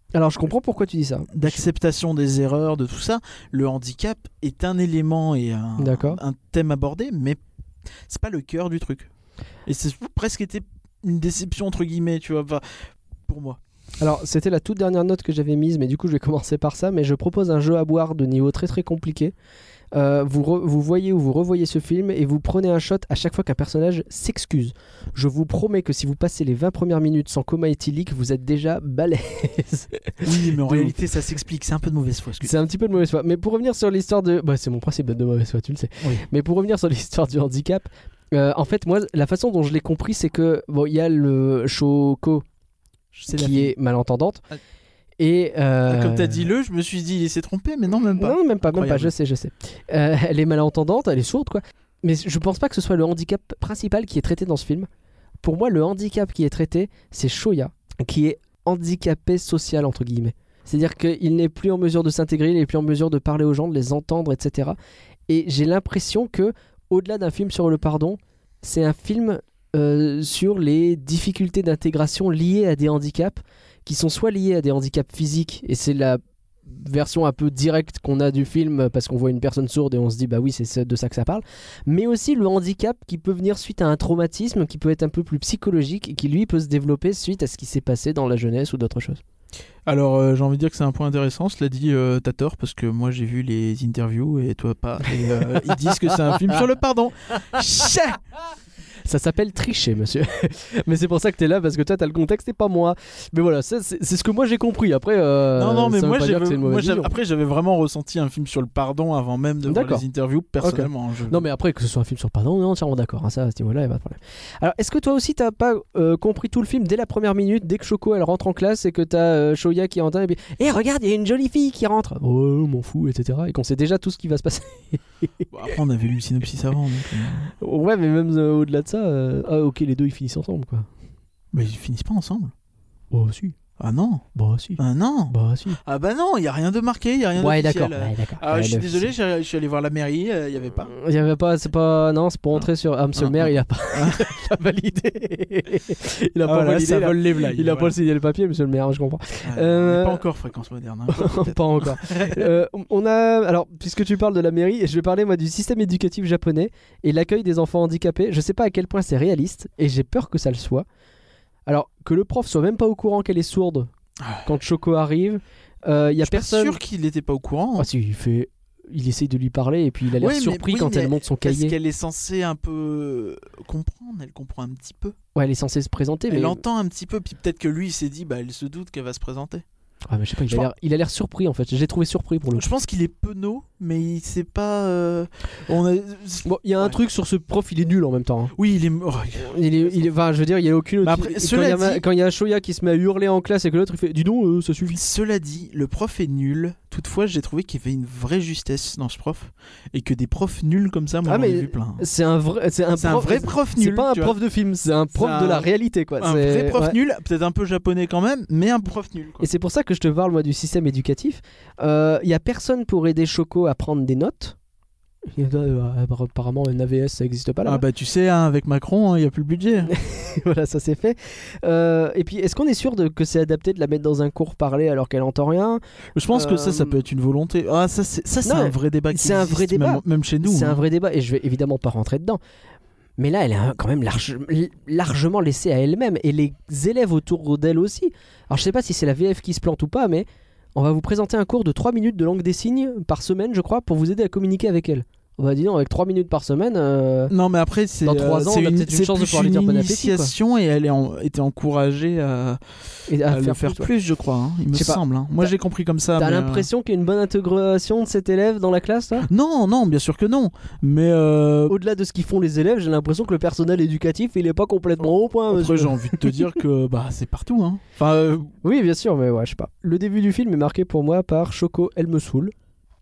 Alors, je comprends pourquoi tu dis ça. d'acceptation des erreurs, de tout ça. Le handicap est un élément et un, D'accord. un thème abordé, mais c'est pas le cœur du truc. Et c'est presque été une déception entre guillemets, tu vois, enfin, pour moi. Alors, c'était la toute dernière note que j'avais mise, mais du coup, je vais commencer par ça. Mais je propose un jeu à boire de niveau très très compliqué. Euh, vous, re- vous voyez ou vous revoyez ce film et vous prenez un shot à chaque fois qu'un personnage s'excuse. Je vous promets que si vous passez les vingt premières minutes sans coma éthylique, vous êtes déjà balèze. Oui, mais en De réalité, ça s'explique. C'est un peu de mauvaise foi. C'est un petit peu de mauvaise foi. Mais pour revenir sur l'histoire de... Bah, c'est mon principe d'être de mauvaise foi, tu le sais. Oui. Mais pour revenir sur l'histoire du handicap, euh, en fait, moi, la façon dont je l'ai compris, c'est que bon, il y a le Shoko C'est la qui fille. est malentendante. Ah. Et euh, Comme t'as dit le, je me suis dit il s'est trompé, mais non, même pas. Non, même pas, même pas, Incroyable. je sais, je sais. Euh, elle est malentendante, elle est sourde, quoi. Mais je pense pas que ce soit le handicap principal qui est traité dans ce film. Pour moi, le handicap qui est traité, c'est Shoya, qui est handicapé social, entre guillemets. C'est-à-dire qu'il n'est plus en mesure de s'intégrer, il n'est plus en mesure de parler aux gens, de les entendre, et cetera. Et j'ai l'impression que, au-delà d'un film sur le pardon, c'est un film euh, sur les difficultés d'intégration liées à des handicaps, qui sont soit liés à des handicaps physiques, et c'est la version un peu directe qu'on a du film parce qu'on voit une personne sourde et on se dit bah oui c'est de ça que ça parle, mais aussi le handicap qui peut venir suite à un traumatisme qui peut être un peu plus psychologique et qui lui peut se développer suite à ce qui s'est passé dans la jeunesse ou d'autres choses. Alors euh, j'ai envie de dire que c'est un point intéressant. Cela dit, euh, t'as tort parce que moi j'ai vu les interviews et toi pas. Et euh, ils disent que c'est un film sur le pardon. Chais. Ça s'appelle tricher, monsieur. Mais c'est pour ça que t'es là, parce que toi t'as le contexte et pas moi. Mais voilà, ça, c'est, c'est ce que moi j'ai compris. Après, euh, non, non, mais ça veut moi, pas dire j'avais, que c'est une mauvaise moi j'avais- vision. après j'avais vraiment ressenti un film sur le pardon avant même de voir D'accord. les interviews personnellement. Je- Non mais après que ce soit un film sur le pardon, on est entièrement d'accord, hein, ça à ce niveau-là, y a pas de problème. Alors est-ce que toi aussi t'as pas euh, compris tout le film dès la première minute, dès que Shoko elle rentre en classe et que t'as euh, Shoya qui entend et puis « Eh regarde, il y a une jolie fille qui rentre !» « Oh, m'en fous, et cetera. Et qu'on sait déjà tout ce qui va se passer. Bon, après on avait lu le synopsis avant. Donc, euh, Ouais mais même euh, au-delà de ça, euh, ah ok les deux ils finissent ensemble quoi. Mais ils finissent pas ensemble. Bah si, Ah non. bah si, Ah non. bah si. Ah bah non, il y a rien de marqué, il y a rien Ouais d'officiel. d'accord, ouais, d'accord. Ah, Ouais, je suis le- désolé, je je suis allé voir la mairie, il y avait pas. Il y avait pas, c'est pas, non, c'est pour entrer sur. Ah, monsieur Ah, le maire, ah. il a pas, il a validé. Il a Ah, pas voilà, validé. ça il a- vole les blagues. Il a pas voilà. le signé le papier, monsieur le maire, je comprends. Ah, Euh, Pas encore fréquence moderne. hein, peut-être. Pas encore. Euh, on a, alors, puisque tu parles de la mairie, je vais parler moi du système éducatif japonais et l'accueil des enfants handicapés. Je sais pas à quel point c'est réaliste et j'ai peur que ça le soit. Alors, que le prof soit même pas au courant qu'elle est sourde Ah. quand Shoko arrive, il euh, y a Je suis pas personne. sûr qu'il n'était pas au courant. Ah si, il fait, il essaye de lui parler et puis il a l'air Ouais, mais- surpris oui, quand mais elle monte son Parce cahier. qu'elle est censée un peu comprendre, elle comprend un petit peu. Ouais, elle est censée se présenter, Elle mais entend un petit peu, puis peut-être que lui il s'est dit, bah elle se doute qu'elle va se présenter. ah, mais je sais pas, il Je a pense- l'air, il a l'air surpris en fait. J'ai trouvé surpris pour le coup. Je pense qu'il est penaud, mais il sait pas. euh, On a... Bon, il y a un Ouais. truc sur ce prof, il est nul en même temps. hein. Oui, il est. oh, Il est, il est, enfin, je veux dire, il y a aucune. Mais autre- après, quand cela il y a ma- dit- quand il y a Shoya qui se met à hurler en classe et que l'autre il fait, dis donc, euh, ça suffit. Cela dit, le prof est nul. Toutefois, j'ai trouvé qu'il y avait une vraie justesse dans ce prof. Et que des profs nuls comme ça, moi Ah, j'en mais ai vu plein. C'est un vrai, c'est un, C'est un prof- vrai prof C'est nul. pas un tu vois. prof de film, c'est un prof C'est de la un- réalité quoi. Un C'est- vrai prof ouais. nul, peut-être un peu japonais quand même, mais un prof nul. quoi. Et c'est pour ça que je te parle moi du système éducatif. Il y a personne pour aider Shoko à prendre des notes. Il y a, euh, apparemment un A V S ça existe pas là. Ah bah tu sais, hein, avec Macron, il n'y a plus le budget. Voilà, ça c'est fait. Euh, et puis, est-ce qu'on est sûr de, que c'est adapté de la mettre dans un cours parlé alors qu'elle entend rien? Je pense que ça, ça Euh, peut être une volonté. Ah, ça, c'est, ça, c'est Non, un vrai débat. Qui c'est un existe, vrai débat. Même, même chez nous. C'est hein. un vrai débat et je vais évidemment pas rentrer dedans. Mais là, elle est un- quand même large- largement laissée à elle-même et les élèves autour d'elle aussi. Alors, je sais pas si c'est la V F qui se plante ou pas, mais on va vous présenter un cours de trois minutes de langue des signes par semaine, je crois, pour vous aider à communiquer avec elle. On va dire avec trois minutes par semaine. euh, Non, mais après, c'est, Dans trois euh, ans, c'est on a une, peut-être une c'est chance de plus pouvoir lui dire une bon appétit, quoi. initiation et elle est en- était encouragée à, et à à le faire faire plus, ouais. plus, je crois. hein, Il me Je sais pas. semble. hein. Moi, T'as- j'ai compris comme ça. T'as mais, euh, l'impression qu'il y a une bonne intégration de cet élève dans la classe, là? Non, non, bien sûr que non. Mais euh, Au-delà de ce qu'ils font les élèves, j'ai l'impression que le personnel éducatif, il est pas complètement au point, après, monsieur. j'ai envie de te dire que bah, c'est partout. Hein. Enfin, euh, Oui, bien sûr, mais ouais, je sais pas. Le début du film est marqué pour moi par Shoko, elle me saoule.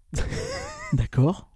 d'accord.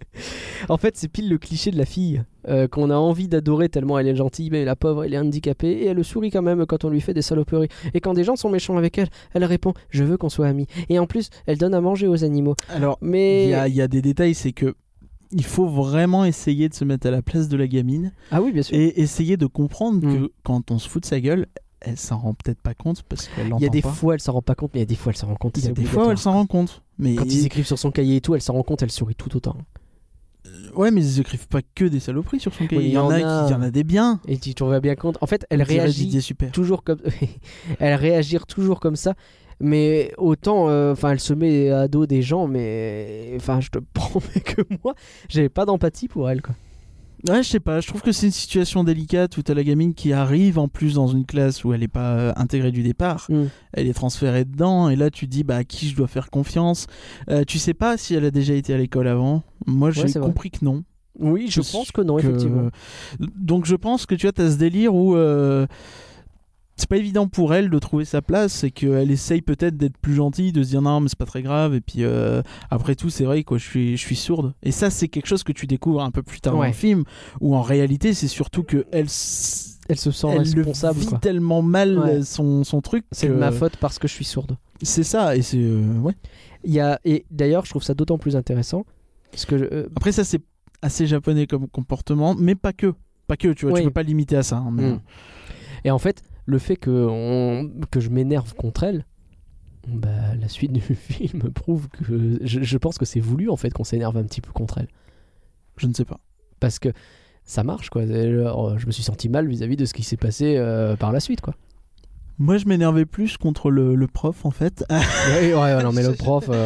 En fait, c'est pile le cliché de la fille euh, qu'on a envie d'adorer tellement elle est gentille, mais la pauvre, elle est handicapée et elle sourit quand même quand on lui fait des saloperies. Et quand des gens sont méchants avec elle, elle répond « Je veux qu'on soit amis ». Et en plus, elle donne à manger aux animaux. Alors, il Mais... y a, il y a des détails, c'est que il faut vraiment essayer de se mettre à la place de la gamine Ah oui, bien sûr. et essayer de comprendre Mm. que quand on se fout de sa gueule, elle s'en rend peut-être pas compte parce qu'elle l'entend Il y a des pas. fois, elle s'en rend pas compte, mais il y a des fois, elle s'en rend compte. Il y a c'est des fois où elle s'en rend compte. Mais Quand ils écrivent sur son cahier et tout, elle s'en rend compte, elle sourit tout autant. ouais, mais ils écrivent pas que des saloperies sur son cahier. Oui, il y en a, a... qui, il y en a des biens. Et tu te rends bien compte. En fait, elle On dirait réagit Didier Super. toujours comme. Elle réagit toujours comme ça. Mais autant, enfin, euh, elle se met à dos des gens, mais enfin, je te promets que moi, j'avais pas d'empathie pour elle, quoi. Ouais, je sais pas, je trouve que c'est une situation délicate où t'as la gamine qui arrive en plus dans une classe où elle est pas euh, intégrée du départ, Mm. elle est transférée dedans, et là tu te dis bah à qui je dois faire confiance. Euh, tu sais pas si elle a déjà été à l'école avant. Moi j'ai Ouais, c'est compris que non. Oui, je Parce pense que non, que- effectivement. Donc je pense que tu vois, t'as ce délire où euh, c'est pas évident pour elle de trouver sa place, c'est qu'elle essaye peut-être d'être plus gentille, de se dire non mais c'est pas très grave, et puis euh, après tout c'est vrai quoi, je suis, je suis sourde. Et ça c'est quelque chose que tu découvres un peu plus tard dans Ouais. le film, où en réalité c'est surtout que elle, s- Elle se sent elle responsable, le vit quoi. tellement mal Ouais. son, son truc. C'est que- de ma faute parce que je suis sourde. C'est ça, et c'est... euh, ouais. Il y a... Et d'ailleurs, je trouve ça d'autant plus intéressant parce que euh, Après ça c'est assez japonais comme comportement, mais pas que. Pas que, tu vois, Oui. tu peux pas limiter à ça. hein, mais- Mm. Et en fait, le fait que, on... que je m'énerve contre elle, bah, la suite du film prouve que je, je pense que c'est voulu en fait qu'on s'énerve un petit peu contre elle. Je ne sais pas. Parce que ça marche, quoi. Alors, je me suis senti mal vis-à-vis de ce qui s'est passé euh, par la suite, quoi. Moi je m'énervais plus contre le, le prof en fait. Ouais, ouais, ouais, non, mais le prof. euh,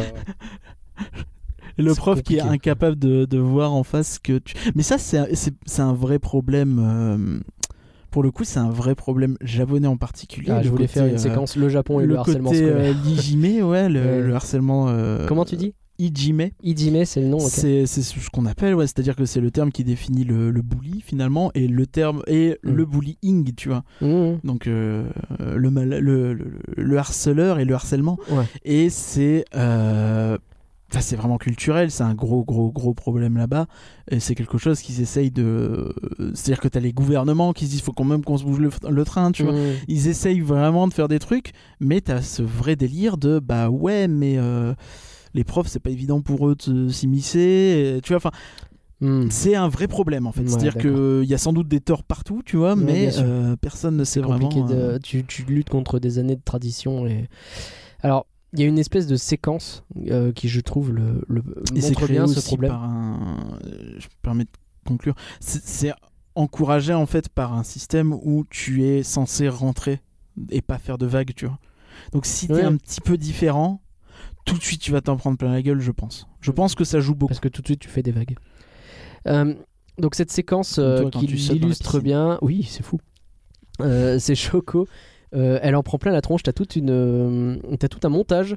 Le C'est prof qui est compliqué. incapable de, de voir en face que tu... Mais ça, c'est un, c'est- c'est un vrai problème. euh, Pour le coup, c'est un vrai problème japonais en particulier. Ah, Le je voulais côté, faire une euh, séquence le Japon et le, le harcèlement côté scolaire. euh, l'ijime, ouais, le, Ouais. le harcèlement... euh, Comment tu dis Ijime. Ijime, c'est le nom, ok. C'est c'est ce qu'on appelle, ouais, c'est-à-dire que c'est le terme qui définit le, le bully finalement, et le terme et Mm. le bullying, tu vois. Mmh. Donc euh, le, mal, le, le, le harceleur et le harcèlement. Ouais. Et c'est euh, enfin, c'est vraiment culturel, c'est un gros gros gros problème là-bas, et c'est quelque chose qu'ils essayent de... C'est-à-dire que t'as les gouvernements qui se disent faut quand même qu'on se bouge le, le train, tu vois. Mmh. Ils essayent vraiment de faire des trucs, mais t'as ce vrai délire de bah ouais mais euh, les profs c'est pas évident pour eux de s'immiscer, et tu vois, enfin Mmh. c'est un vrai problème en fait. Ouais, C'est-à-dire d'accord. qu'il y a sans doute des torts partout, tu vois, Ouais, mais bien sûr. euh, personne ne sait C'est compliqué vraiment... euh, de... tu, tu luttes contre des années de tradition. Et... Alors, il y a une espèce de séquence euh, qui, je trouve, le, le... Et c'est montre créé bien ce aussi problème. par un... euh, Je me permets de conclure. C'est- C'est encouragé en fait par un système où tu es censé rentrer et pas faire de vagues, tu vois. Donc si t'es Ouais. un petit peu différent, tout de suite tu vas t'en prendre plein la gueule, je pense. Je pense que ça joue beaucoup. Parce que tout de suite, tu fais des vagues. Euh, donc, cette séquence Comme euh, toi, quand qui tu sautes dans la l'illustre piscine. bien... Oui, c'est fou. Euh, c'est Choco. Euh, elle en prend plein la tronche. T'as toute une... euh, t'as tout un montage.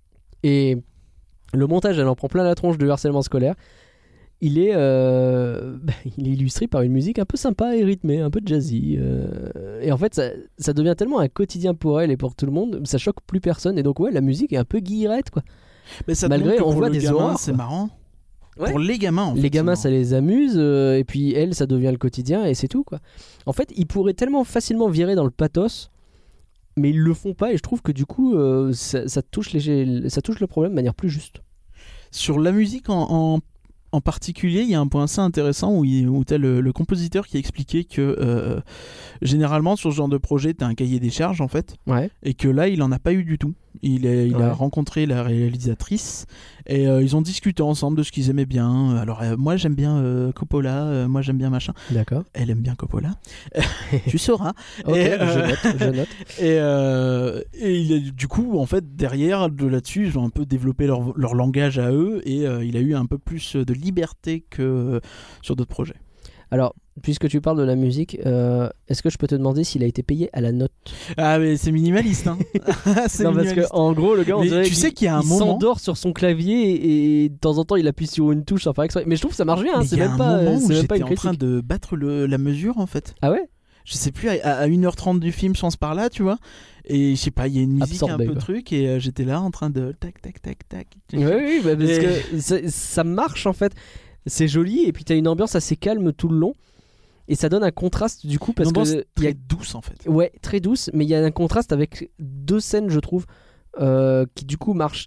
Et le montage, elle en prend plein la tronche de harcèlement scolaire. Il est, euh, bah, il est illustré par une musique un peu sympa et rythmée, un peu jazzy. euh, et en fait, ça, ça devient tellement un quotidien pour elle et pour tout le monde, ça choque plus personne. Et donc, ouais, la musique est un peu guillerette, quoi. Mais ça te Malgré, montre que on pour voit le des gamin, horreurs, c'est quoi. marrant. Ouais. Pour les gamins, en fait, Les gamins, c'est ça les amuse, euh, et puis elle, ça devient le quotidien, et c'est tout, quoi. En fait, ils pourraient tellement facilement virer dans le pathos, mais ils le font pas, et je trouve que du coup, euh, ça, ça touche les, ça touche le problème de manière plus juste. Sur la musique en, en, en particulier, il y a un point assez intéressant où, il- où tu as le, le compositeur qui a expliqué que euh, généralement sur ce genre de projet, tu as un cahier des charges en fait, Ouais. et que là, il en a pas eu du tout. Il, est- il Ouais. a rencontré la réalisatrice et euh, ils ont discuté ensemble de ce qu'ils aimaient bien. Alors, euh, moi j'aime bien euh, Coppola, euh, moi j'aime bien machin. D'accord. Elle aime bien Coppola. Tu sauras. Ok, Et, je euh, note, je note. Et, euh, et il est- du coup, en fait, derrière, de là-dessus, ils ont un peu développé leur, leur langage à eux et euh, il a eu un peu plus de liberté que euh, sur d'autres projets. Alors, puisque tu parles de la musique, euh, est-ce que je peux te demander s'il a été payé à la note? Ah, mais c'est minimaliste, hein. C'est Non, parce minimaliste. que en gros, le gars, on Mais dirait tu qu'il- sais qu'il y a un il moment- s'endort sur son clavier et, et de temps en temps, il appuie sur une touche sans faire exprès. Mais je trouve que ça marche bien, hein, Mais c'est il y a même un pas, moment euh, où c'est même pas j'étais une en train critique. de battre le- la mesure, en fait. Ah ouais? Je sais plus, à, à une heure trente du film, je pense par là, tu vois. Et je sais pas, il y a une musique Absorbé, un peu quoi. truc et euh, j'étais là en train de tac, tac, tac, tac. Oui, oui, bah, parce Et- que ça, ça marche en fait. C'est joli et puis t'as une ambiance assez calme tout le long et ça donne un contraste du coup parce Une ambiance que il y très a, douce, en fait. ouais, très douce, mais il y a un contraste avec deux scènes, je trouve, euh, qui du coup marchent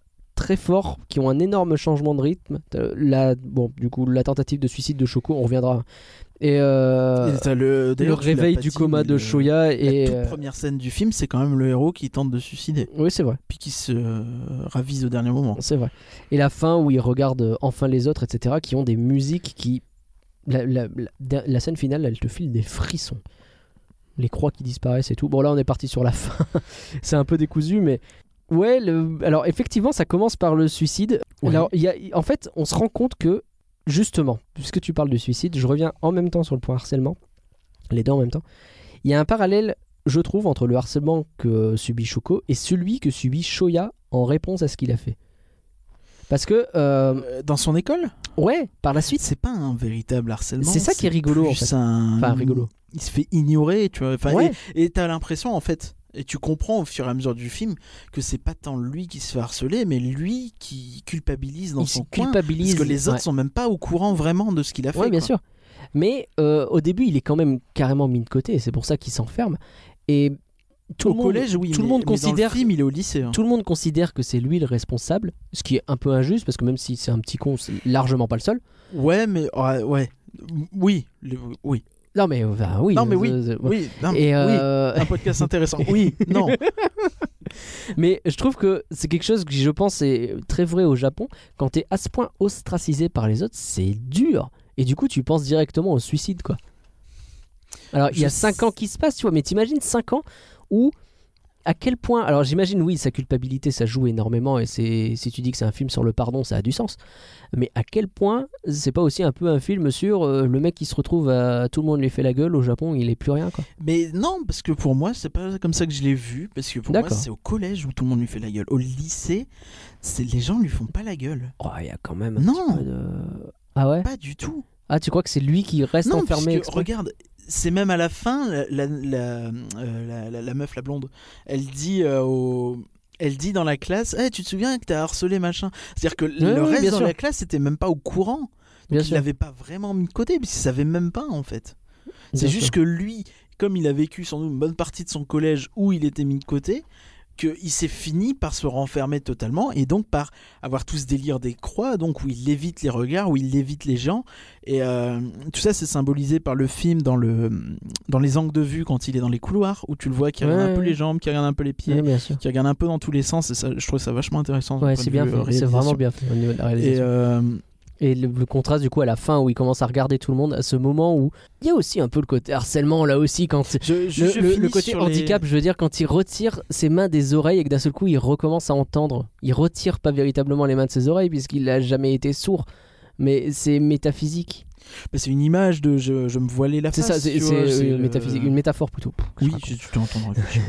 très forts, qui ont un énorme changement de rythme. La, bon, du coup, la tentative de suicide de Shoko, on reviendra. Et, euh, et t'as le, le réveil pas du dit, coma de le, Shoya. Et la toute première scène du film, c'est quand même le héros qui tente de se suicider. Oui, c'est vrai. Puis qui se euh, ravise au dernier moment. C'est vrai. Et la fin où il regarde enfin les autres, et cetera, qui ont des musiques qui... La, la, la, la scène finale, elle te file des frissons. Les croix qui disparaissent et tout. Bon, là, on est parti sur la fin. C'est un peu décousu, mais... Ouais, le... alors effectivement, ça commence par le suicide. Ouais. Alors, y a... en fait, on se rend compte que, justement, puisque tu parles du suicide, je reviens en même temps sur le point harcèlement, les deux en même temps. Il y a un parallèle, je trouve, entre le harcèlement que subit Shoko et celui que subit Shoya en réponse à ce qu'il a fait. Parce que... Euh... Dans son école ? Ouais, par la suite. C'est pas un véritable harcèlement. C'est ça qui est rigolo, en fait. Un... Enfin, rigolo. Il se fait ignorer, tu vois. Enfin, ouais. Et et t'as l'impression, en fait, et tu comprends au fur et à mesure du film, que c'est pas tant lui qui se fait harceler, mais lui qui culpabilise dans il son coin. Culpabilise. Parce que les autres ouais. sont même pas au courant vraiment de ce qu'il a fait. Ouais, bien quoi. sûr. Mais euh, au début, il est quand même carrément mis de côté, et c'est pour ça qu'il s'enferme. Et... Tout au le monde, collège, oui, tout mais, le monde mais considère, dans le film, il est au lycée. Hein. Tout le monde considère que c'est lui le responsable, ce qui est un peu injuste parce que même si c'est un petit con, c'est largement pas le seul. Ouais, mais ouais, ouais. oui, le, oui. Non mais enfin, oui. Non mais oui, euh, oui, non, Et euh... oui, un podcast intéressant. Oui, non. Mais je trouve que c'est quelque chose qui, je pense, est très vrai au Japon. Quand t'es à ce point ostracisé par les autres, c'est dur. Et du coup, tu penses directement au suicide, quoi. Alors, il y a cinq ans qui se passent, tu vois, mais t'imagines cinq ans où, à quel point... Alors, j'imagine, oui, sa culpabilité, ça joue énormément, et c'est, si tu dis que c'est un film sur le pardon, ça a du sens. Mais à quel point, c'est pas aussi un peu un film sur euh, le mec qui se retrouve à... Tout le monde lui fait la gueule, au Japon, il est plus rien, quoi. Mais non, parce que pour moi, c'est pas comme ça que je l'ai vu, parce que pour D'accord. moi, c'est au collège où tout le monde lui fait la gueule. Au lycée, c'est... les gens lui font pas la gueule. Oh, il y a quand même un non. petit peu de... Ah ouais ? Pas du tout. Ah, tu crois que c'est lui qui reste non, enfermé parce que, regarde... C'est même à la fin, la, la, la, euh, la, la, la meuf, la blonde, elle dit, euh, au... elle dit dans la classe hey, tu te souviens que t'as harcelé machin. C'est-à-dire que oui, le oui, reste dans sûr. la classe était même pas au courant. Donc bien il sûr. l'avait pas vraiment mis de côté, puisqu'il savait même pas en fait. Bien C'est sûr. juste que lui, comme il a vécu sans doute une bonne partie de son collège où il était mis de côté, qu'il s'est fini par se renfermer totalement et donc par avoir tout ce délire des croix, donc où il évite les regards, où il évite les gens. Et euh, tout ça, c'est symbolisé par le film dans, le, dans les angles de vue quand il est dans les couloirs, où tu le vois qui regarde ouais, un peu ouais. les jambes, qui regarde un peu les pieds, Ouais, bien sûr. qui regarde un peu dans tous les sens. Et ça, je trouve ça vachement intéressant. Ouais, c'est bien fait. C'est vraiment bien fait au niveau de la réalisation. Et, euh, Et le, le contraste du coup à la fin où il commence à regarder tout le monde, à ce moment où il y a aussi un peu le côté harcèlement là aussi quand je, je, le, je le, le côté handicap, les... je veux dire quand il retire ses mains des oreilles et que d'un seul coup il recommence à entendre, il retire pas véritablement les mains de ses oreilles puisqu'il a jamais été sourd, mais c'est métaphysique. Bah, c'est une image de je, je me voilais la c'est face. C'est ça, c'est, tu c'est, vois, c'est c'est une le... métaphysique, une métaphore plutôt. Oui, je, tu t'entends.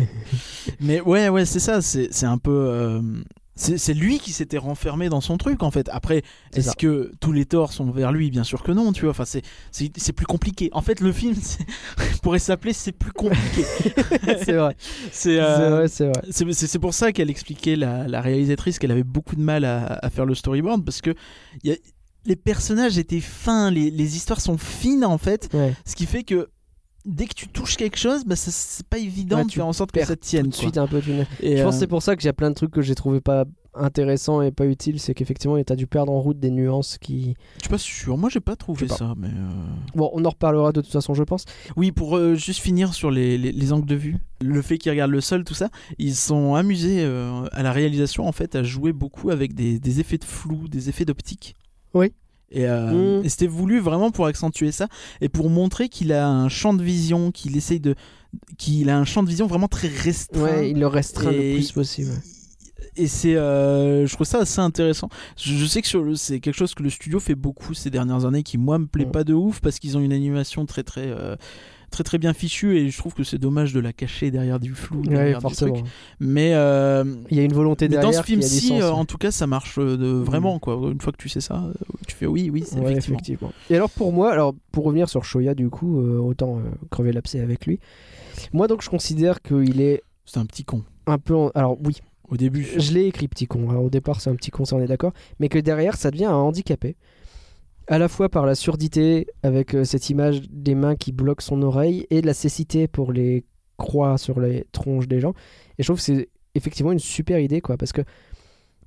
Mais ouais, ouais, c'est ça. C'est, c'est un peu. Euh... C'est, c'est lui qui s'était renfermé dans son truc en fait. Après, c'est est-ce ça. que tous les torts sont vers lui ? Bien sûr que non, tu vois. Enfin, c'est, c'est, c'est plus compliqué. En fait, le film c'est... pourrait s'appeler C'est plus compliqué. C'est vrai. C'est, euh... c'est vrai, c'est vrai. C'est, c'est, c'est pour ça qu'elle expliquait, la, la réalisatrice, qu'elle avait beaucoup de mal à, à faire le storyboard parce que y a... les personnages étaient fins, les, les histoires sont fines en fait. Ouais. Ce qui fait que dès que tu touches quelque chose, bah, ça, c'est pas évident Ouais, de tu faire en sorte que ça tienne. Tout de quoi. suite un peu. Une... Et Je euh... pense que c'est pour ça que j'ai plein de trucs que j'ai trouvé pas intéressants et pas utiles, c'est qu'effectivement t'as dû perdre en route des nuances qui... Je suis pas sûr, moi j'ai pas trouvé pas. ça. Mais euh... Bon, on en reparlera de toute façon, je pense. Oui, pour euh, juste finir sur les, les, les angles de vue, le fait qu'ils regardent le sol, tout ça, ils sont amusés euh, à la réalisation en fait à jouer beaucoup avec des, des effets de flou, des effets d'optique. Oui. Et, euh, mmh. et c'était voulu vraiment pour accentuer ça et pour montrer qu'il a un champ de vision, qu'il essaye de, qu'il a un champ de vision vraiment très restreint. Ouais, il le restreint et le plus possible. Et c'est, euh, je trouve ça assez intéressant. Je, je sais que sur le, c'est quelque chose que le studio fait beaucoup ces dernières années, qui moi me plaît mmh. pas de ouf parce qu'ils ont une animation très très euh, très très bien fichue et je trouve que c'est dommage de la cacher derrière du flou. Derrière ouais, forcément. Du truc. Mais euh, il y a une volonté derrière. Mais dans ce film-ci, euh, en tout cas, ça marche de, vraiment mmh. quoi. Une fois que tu sais ça, tu fais oui, oui, c'est ouais, effectivement. effectivement. Et alors pour moi, alors pour revenir sur Shoya, du coup, euh, autant euh, crever l'abcès avec lui. Moi donc je considère qu'il est. C'est un petit con. Un peu. En... Alors oui. Au début. Je l'ai écrit petit con. Alors, au départ, c'est un petit con, ça on est d'accord. Mais que derrière, ça devient un handicapé. À la fois par la surdité, avec euh, cette image des mains qui bloquent son oreille, et de la cécité pour les croix sur les tronches des gens. Et je trouve que c'est effectivement une super idée, quoi. Parce que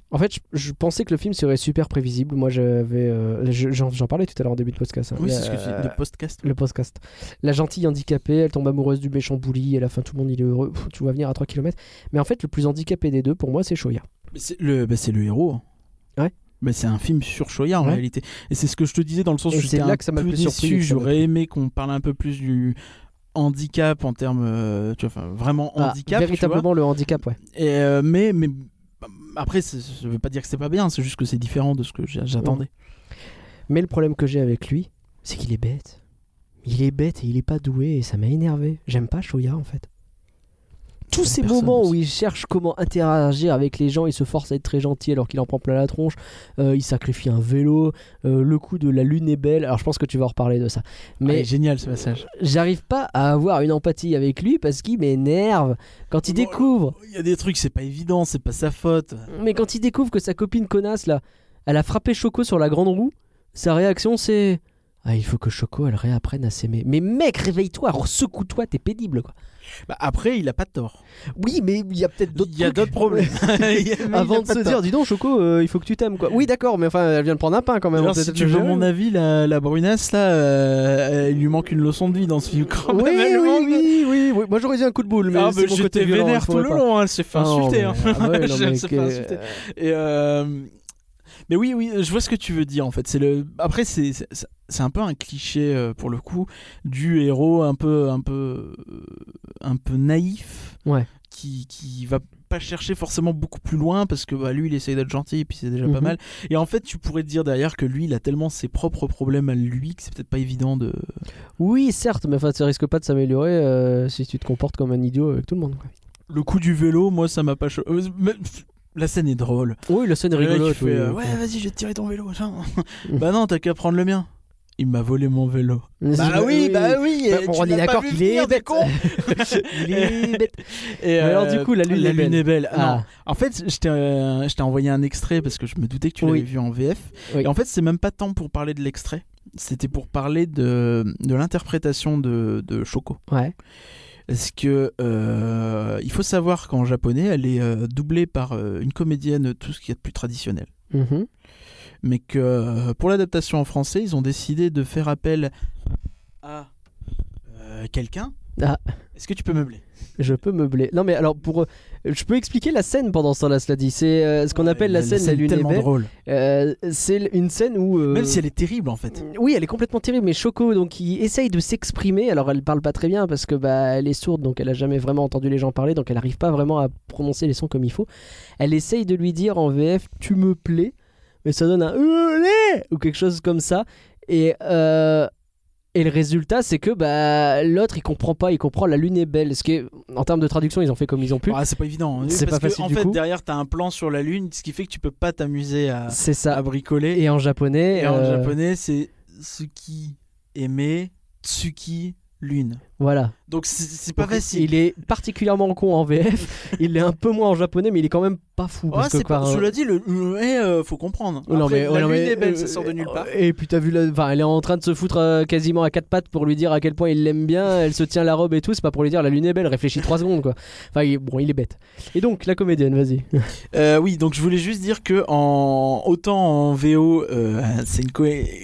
En fait, je, je pensais que le film serait super prévisible. Moi, j'avais, euh, je- j'en, j'en parlais tout à l'heure en début de podcast. hein. Oui, La- c'est ce que tu dis, le podcast. Le podcast. La gentille handicapée, elle tombe amoureuse du méchant bully. À la fin, tout le monde il est heureux. Pff, tu vois venir à trois kilomètres. Mais en fait, le plus handicapé des deux, pour moi, c'est Shoya. Mais c'est le, bah, c'est le héros. hein. Ouais. Mais c'est un film sur Shoya en Ouais. réalité. Et c'est ce que je te disais dans le sens Et où c'est j'étais là un que ça m'a peu le plus surpris, déçu. que ça m'a J'aurais plu. aimé qu'on parle un peu plus du handicap en termes, euh, tu vois, enfin, vraiment Ah, handicap. tu véritablement le handicap, ouais. vois. Et, euh, mais, mais après, c'est- ça veut pas dire que c'est pas bien. C'est juste que c'est différent de ce que j'a- j'attendais. Mais le problème que j'ai avec lui, c'est qu'il est bête. Il est bête et il est pas doué et ça m'a énervé. J'aime pas Shoya en fait. Tous ces Personne moments aussi. où il cherche comment interagir avec les gens, il se force à être très gentil alors qu'il en prend plein la tronche, euh, il sacrifie un vélo, euh, le coup de la lune est belle, alors je pense que tu vas en reparler de ça. Mais Mais génial ce passage. j'arrive pas à avoir une empathie avec lui parce qu'il m'énerve. Quand il Bon, découvre, Il y a des trucs, c'est pas évident, c'est pas sa faute. mais quand il découvre que sa copine connasse là, elle a frappé Choco sur la grande roue, sa réaction c'est... Ah, il faut que Choco elle réapprenne à s'aimer. Mais mec, réveille-toi, secoue-toi, t'es pénible quoi. Bah, après, il a pas de tort. Oui, mais il y a peut-être d'autres Il y a trucs. d'autres problèmes. Il y a- mais il Avant a de pas se tort. dire, dis donc Choco, euh, il faut que tu t'aimes quoi. Oui, d'accord, mais enfin, elle vient de prendre un pain quand même. Alors, on peut si peut-être tu le veux gérer. mon avis, la, la brunasse là, euh, il lui manque une leçon de vie dans ce film. Quand Oui, même, elle oui, manque de- oui, oui, oui. Moi j'aurais dit un coup de boule, mais Ah, c'est bah, mon côté j'étais violent, vénère il tout faudrait le pas. long, hein, elle s'est fait Ah, non, insulter. mais- hein. ah ouais, non, Elle mais s'est fait que- insulter. Et euh, mais oui, oui, je vois ce que tu veux dire en fait. C'est le. Après, c'est c'est- c'est un peu un cliché euh, pour le coup du héros un peu, un peu, euh, un peu naïf, Ouais. qui qui va pas chercher forcément beaucoup plus loin parce que bah, lui, il essaye d'être gentil et puis c'est déjà pas Mhm. mal. Et en fait, tu pourrais te dire derrière que lui, il a tellement ses propres problèmes à lui que c'est peut-être pas évident de. Oui, certes, mais enfin, ça risque pas de s'améliorer euh, si tu te comportes comme un idiot avec tout le monde. quoi. Le coup du vélo, moi, ça m'a pas. cho- euh, mais- La scène est drôle. Oui, la scène est Le mec, il rigolote. fait, oui, euh, oui. ouais, vas-y, je vais te tirer ton vélo. machin. Bah non, t'as qu'à prendre le mien. Il m'a volé mon vélo. Mais c'est- Bah oui, bah oui. Bah, et bon, tu on est l'as pas d'accord vu qu'il est venir, t'es bête. con. Il est bête. Et, Mais alors, du coup, la lune est belle. est belle. Ah. Non, en fait, je t'ai euh, je t'ai envoyé un extrait parce que je me doutais que tu Oui. l'avais vu en V F. Oui. Et en fait, c'est même pas tant pour parler de l'extrait. C'était pour parler de, de l'interprétation de, de Choco. Ouais. Parce que euh, il faut savoir qu'en japonais, elle est euh, doublée par euh, une comédienne, tout ce qui est de plus traditionnel. Mhm. Mais que euh, pour l'adaptation en français, ils ont décidé de faire appel à euh, quelqu'un. Ah. Est-ce que tu peux meubler? Je peux meubler. Non, mais alors, pour. euh, Je peux expliquer la scène pendant ce temps-là, cela dit. C'est euh, ce qu'on appelle la, scène La Lune est tellement belle. drôle. Euh, c'est une scène où. euh, Même si elle est terrible en fait. Oui, elle est complètement terrible, mais Choco, donc, qui essaye de s'exprimer. Alors, elle parle pas très bien parce que bah, elle est sourde, donc elle a jamais vraiment entendu les gens parler, donc elle arrive pas vraiment à prononcer les sons comme il faut. Elle essaye de lui dire en V F, tu me plais, mais ça donne un ou quelque chose comme ça. Et euh, et le résultat, c'est que bah, l'autre, il comprend pas, il comprend la lune est belle. Ce qui est, en termes de traduction, ils ont fait comme ils ont pu. Ah, c'est pas évident. C'est Parce pas que, facile en du fait, coup. derrière, t'as un plan sur la lune, ce qui fait que tu peux pas t'amuser à, C'est à ça. bricoler. Et en japonais. Et en euh, japonais, c'est Tsuki aimé, Tsuki lune. Voilà. Donc c'est- c'est pas Donc, facile. Il est particulièrement con en V F. Il est un peu moins en japonais, mais il est quand même pas fou. Ouais, parce que, c'est pas... quoi, Cela dit, le euh, eh, euh, faut comprendre. Oh, non, Après, mais, la ouais, non, lune mais, est belle, euh, ça sort de nulle part. Et puis t'as vu, la... enfin, elle est en train de se foutre euh, quasiment à quatre pattes pour lui dire à quel point il l'aime bien. Elle se tient la robe et tout. C'est pas pour lui dire la lune est belle. Réfléchis trois secondes quoi. Enfin, il... bon, il est bête. Et donc la comédienne, vas-y. Euh, oui, donc je voulais juste dire que en autant en V O, euh, c'est une, co-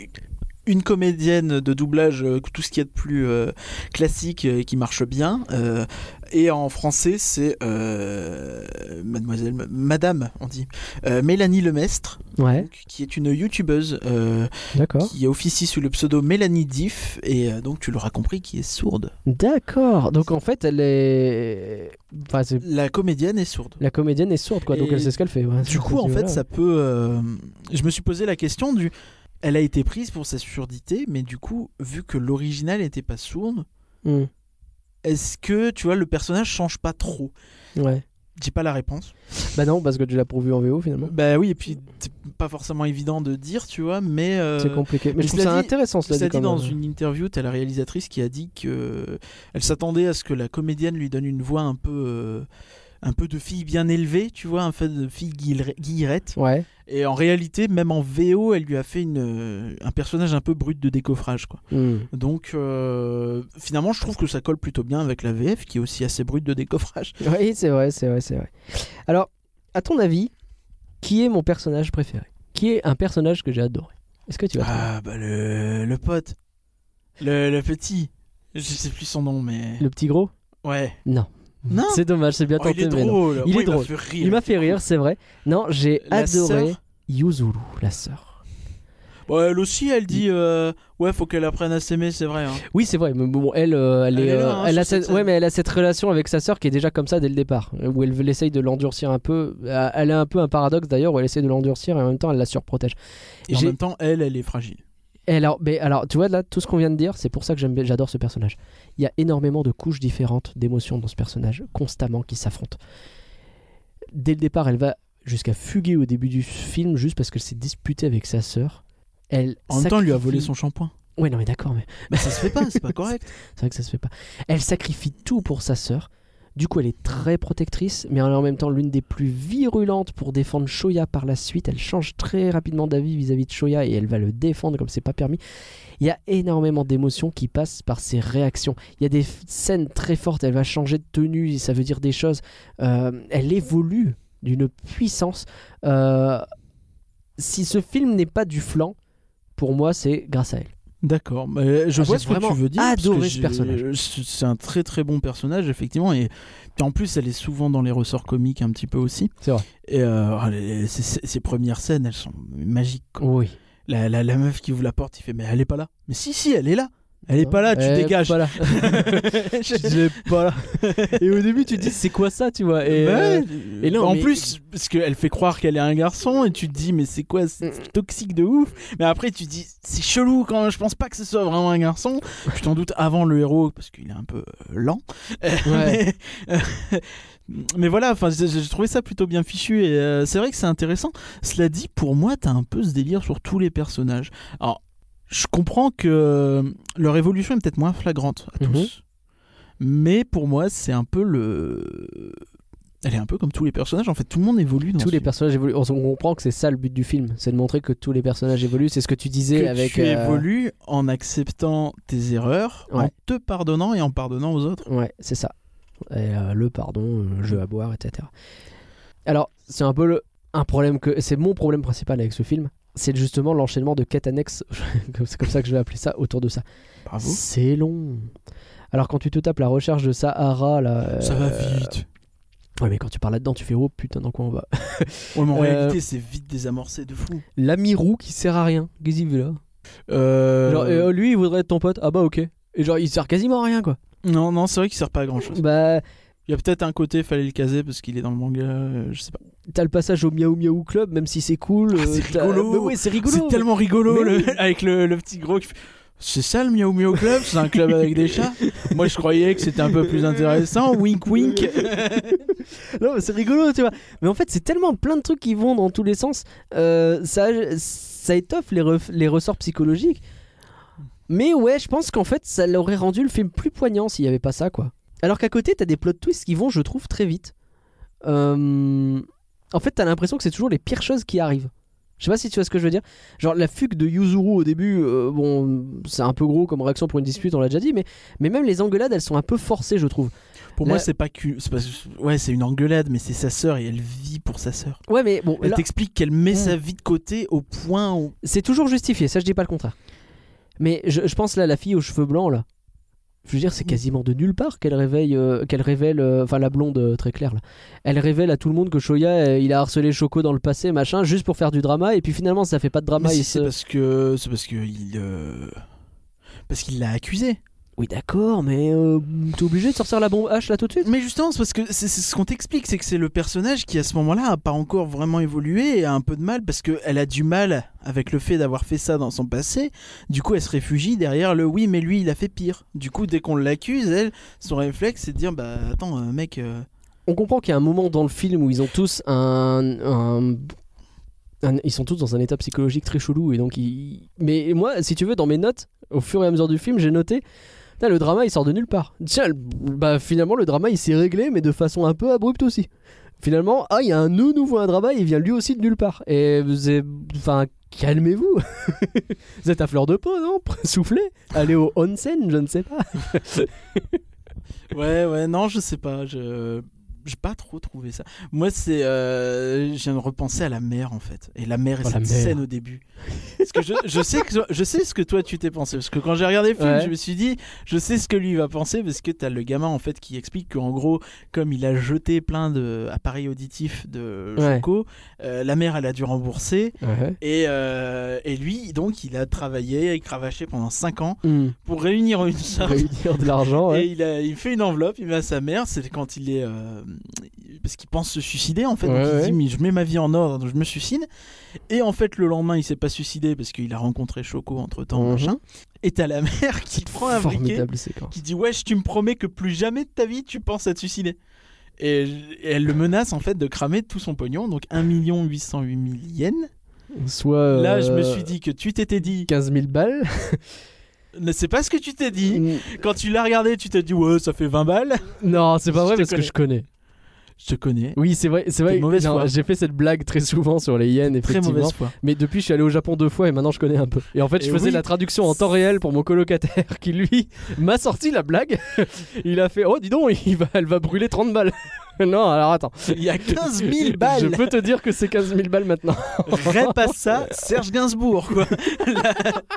une comédienne de doublage, euh, tout ce qu'il y a de plus euh, classique euh, qui marche bien. euh, et en français, c'est euh, Mademoiselle, Madame, on dit, euh, Mélanie Lemestre, Ouais, donc, qui est une youtubeuse euh, d'accord. qui officie sous le pseudo Mélanie Diff, et euh, donc tu l'auras compris, qui est sourde. D'accord. Donc en fait, elle est. Enfin, c'est... La comédienne est sourde. La comédienne est sourde quoi. Donc Et elle sait ce qu'elle fait. Ouais. Du coup, en fait, ça peut. euh, Je me suis posé la question du. Elle a été prise pour sa surdité, mais du coup, vu que l'original n'était pas sourde, Hmm. est-ce que tu vois le personnage change pas trop? Ouais. J'ai pas la réponse. Bah non, parce que tu l'as pourvu en V O finalement. Bah oui, et puis c'est pas forcément évident de dire, tu vois, mais. euh, C'est compliqué. Mais mais je trouve cela ça dit- intéressant cela Cela dit dit, quand dans même. une interview, t'as la réalisatrice qui a dit que elle s'attendait à ce que la comédienne lui donne une voix un peu, euh, un peu de fille bien élevée, tu vois, un peu de fille guillere- guillerette. Ouais. Et en réalité, même en V O, elle lui a fait une, euh, un personnage un peu brut de décoffrage, quoi. Hmm. Donc, euh, finalement, je trouve que ça colle plutôt bien avec la V F, qui est aussi assez brute de décoffrage. Oui, c'est vrai, c'est vrai, c'est vrai. Alors, à ton avis, Qui est mon personnage préféré? Qui est un personnage que j'ai adoré? Est-ce que tu vas trouver? Ah, bah le, le pote. Le, le petit. Je sais plus son nom, mais. Le petit gros? Ouais. Non. Non. C'est dommage, c'est bien Oh, tenté, il est mais non. drôle. Il Moi, est drôle. m'a fait rire. Il m'a fait rire, c'est vrai. Non, j'ai La adoré sœur. Yuzuru, la sœur. Bon, elle aussi, elle dit euh, ouais, faut qu'elle apprenne à s'aimer, c'est vrai. Hein. Oui, c'est vrai, mais bon, elle, euh, elle, Elle est, est là, euh, hein, elle sur a cette cette, scène. ouais, mais elle a cette relation avec sa sœur qui est déjà comme ça dès le départ, où elle, elle essaye de l'endurcir un peu. Euh, Elle a un peu un paradoxe d'ailleurs, où elle essaie de l'endurcir et en même temps elle la surprotège. Et en J'ai- même temps, elle, elle est fragile. Et alors, mais alors, tu vois là, tout ce qu'on vient de dire, c'est pour ça que j'aime, bien- j'adore ce personnage. Il y a énormément de couches différentes d'émotions dans ce personnage, constamment qui s'affrontent. Dès le départ, elle va jusqu'à fuguer au début du film juste parce qu'elle s'est disputée avec sa sœur. Elle En même temps, elle lui a sacrifie- volé son shampoing. Ouais, non mais d'accord, mais Bah, ça se fait pas, c'est pas correct. c'est vrai que ça se fait pas. Elle sacrifie tout pour sa sœur. Du coup, elle est très protectrice, mais elle est en même temps l'une des plus virulentes pour défendre Shoya par la suite. Elle change très rapidement d'avis vis-à-vis de Shoya et elle va le défendre comme c'est pas permis. Il y a énormément d'émotions qui passent par ses réactions. Il y a des f- scènes très fortes. Elle va changer de tenue, ça veut dire des choses. Euh, elle évolue d'une puissance. Euh, si ce film n'est pas du flanc, pour moi, c'est grâce à elle. D'accord, mais je Ah, vois j'ai ce que vraiment tu veux dire. parce adoré que ce j'ai- personnage. C'est un très très bon personnage, effectivement. Et puis en plus, elle est souvent dans les ressorts comiques un petit peu aussi. C'est vrai. Et euh, oh, les- ces, ces- ces premières scènes, elles sont magiques. quoi. Oui. La, la, la meuf qui ouvre la porte, il fait mais elle est pas là. Mais si, si, elle est là. Elle est pas là, tu Elle est dégages. pas là. J'ai pas là. Et au début, tu te dis c'est quoi ça, tu vois. Et, Ouais. euh, et non, en mais- plus, parce qu'elle fait croire qu'elle est un garçon et tu te dis mais c'est quoi, c'est Mm. toxique de ouf. Mais après tu te dis c'est chelou quand même, je pense pas que ce soit vraiment un garçon. Tu t'en doutes avant le héros parce qu'il est un peu euh, lent. Ouais. mais, mais voilà, enfin j'ai j'ai trouvé ça plutôt bien fichu et euh, c'est vrai que c'est intéressant. Cela dit, pour moi, t'as un peu ce délire sur tous les personnages. Alors, je comprends que leur évolution est peut-être moins flagrante à Mhm. tous. Mais pour moi, c'est un peu le. Elle est un peu comme tous les personnages. En fait, tout le monde évolue dans tous ce les film. personnages évoluent. On comprend que c'est ça le but du film, c'est de montrer que tous les personnages évoluent. C'est ce que tu disais Que avec. tu euh, évolues en acceptant tes erreurs, en Ouais. te pardonnant et en pardonnant aux autres. Ouais, c'est ça. Et, euh, le pardon, euh, jeu à boire, et cetera. Alors, c'est un peu le... un problème que c'est mon problème principal avec ce film. C'est justement l'enchaînement de quêtes annexes, c'est comme ça que je vais appeler ça, autour de ça. Bravo. C'est long. Alors quand tu te tapes la recherche de Sahara là, Ça va euh, vite. Ouais, mais quand tu parles là-dedans, tu fais oh putain, dans quoi on va. Ouais, mais en Euh, réalité, c'est vite désamorcé de fou. L'ami roux qui sert à rien. Qu'est-ce qu'il fait là Euh... Genre, et, oh, lui, il voudrait être ton pote. Ah bah ok. Et genre, il sert quasiment à rien quoi. Non, non, c'est vrai qu'il sert pas à grand chose. Bah, Il y a peut-être un côté, fallait le caser parce qu'il est dans le manga, euh, je sais pas. t'as le passage au Miaou Miaou Club, même si c'est cool. Ah, euh, c'est t'as- rigolo. Mais ouais, c'est rigolo. C'est tellement rigolo Mais le- oui. avec le, le petit gros qui fait. C'est ça le Miaou Miaou Club? C'est un club avec des chats? Moi je croyais que c'était un peu plus intéressant. Wink wink. Non, mais c'est rigolo, tu vois. Mais en fait, c'est tellement plein de trucs qui vont dans tous les sens. Euh, ça, ça étoffe les, ref- les ressorts psychologiques. Mais ouais, je pense qu'en fait, ça l'aurait rendu le film plus poignant s'il n'y avait pas ça, quoi. Alors qu'à côté, t'as des plot twists qui vont, je trouve, très vite. Euh... En fait, t'as l'impression que c'est toujours les pires choses qui arrivent. Je sais pas si tu vois ce que je veux dire. Genre la fugue de Yuzuru au début, euh, bon, c'est un peu gros comme réaction pour une dispute, on l'a déjà dit, mais, mais même les engueulades, elles sont un peu forcées, je trouve. Pour Là- moi, c'est pas que. c'est pas- Ouais, c'est une engueulade, mais c'est sa sœur et elle vit pour sa sœur. Ouais, mais bon, Elle là, t'explique qu'elle met Mm. sa vie de côté au point où. c'est toujours justifié, ça je dis pas le contraire. Mais je, je pense là, la fille aux cheveux blancs, là. Je veux dire, c'est quasiment de nulle part qu'elle réveille, euh, qu'elle révèle, euh, enfin la blonde euh, très claire là. Elle révèle à tout le monde que Shoya, euh, il a harcelé Shoko dans le passé, machin, juste pour faire du drama, et puis finalement ça fait pas de drama. Mais si, il c'est se- parce que. C'est parce que il. euh, Parce qu'il l'a accusé. Oui d'accord, mais euh, t'es obligé de sortir la bombe H là tout de suite. Mais justement, c'est parce que c'est c'est ce qu'on t'explique, c'est que c'est le personnage qui à ce moment-là a pas encore vraiment évolué et a un peu de mal parce qu'elle a du mal avec le fait d'avoir fait ça dans son passé. Du coup, elle se réfugie derrière le oui, mais lui, il a fait pire. Du coup, dès qu'on l'accuse, elle, son réflexe, c'est de dire bah attends, euh, mec. euh, On comprend qu'il y a un moment dans le film où ils ont tous un, un- un- ils sont tous dans un état psychologique très chelou et donc ils... Mais moi, si tu veux, dans mes notes, au fur et à mesure du film, j'ai noté. Putain, le drama il sort de nulle part. Tiens, le- bah finalement le drama il s'est réglé mais de façon un peu abrupte aussi. Finalement, ah il y a un nou- nouveau un drama, il vient lui aussi de nulle part. Et vous êtes... enfin calmez-vous. Vous êtes à fleur de peau, non? Soufflez. Allez au onsen, je ne sais pas. Ouais, ouais, non, je sais pas. Je... j'ai pas trop trouvé ça. Moi, c'est, euh, je viens de repenser à la mère en fait, et la mère et Oh, la cette mère. scène au début. Parce que je, je sais que je sais ce que toi tu t'es pensé, parce que quand j'ai regardé le film, Ouais. je me suis dit, je sais ce que lui va penser, parce que t'as le gamin en fait qui explique qu'en gros, comme il a jeté plein d'appareils auditifs de Ouais. Choco, euh, la mère elle a dû rembourser, Ouais. et, euh, et lui donc il a travaillé, il cravaché pendant cinq ans Hmm. pour réunir une somme. Réunir de l'argent, ouais. Et il, a, il fait une enveloppe, il met à sa mère, c'est quand il est... euh, parce qu'il pense se suicider en fait, Ouais, donc il ouais. dit mais je mets ma vie en ordre, donc je me suicide. Et en fait le lendemain il s'est pas suicidé parce qu'il a rencontré Choco entre temps, Mhm. machin. Et t'as la mère qui prend un briquet, Formidable séquence. qui dit wesh tu me promets que plus jamais de ta vie tu penses à te suicider. Et, et elle le menace en fait de cramer tout son pognon, donc un million huit cent huit mille yens. Soit. Là je me euh, suis dit que tu t'étais dit, quinze mille balles. ne c'est pas ce que tu t'es dit. Mm. Quand tu l'as regardé tu t'es dit ouais ça fait vingt balles. Non, c'est pas Je vrai te parce connais. que je connais. Je te connais. Oui, c'est vrai, c'est vrai. T'es mauvaise Non, foi. j'ai fait cette blague très souvent sur les yens, Très effectivement. mauvaise foi. Mais depuis, je suis allé au Japon deux fois et maintenant je connais un peu. Et en fait, je Et faisais oui. la traduction en temps réel pour mon colocataire qui, lui, m'a sorti la blague. Il a fait oh, dis donc, il va, elle va brûler trente balles. Non, alors attends. Il y a quinze mille balles. Je peux te dire que c'est quinze mille balles maintenant. Répète ça, Serge Gainsbourg quoi. La,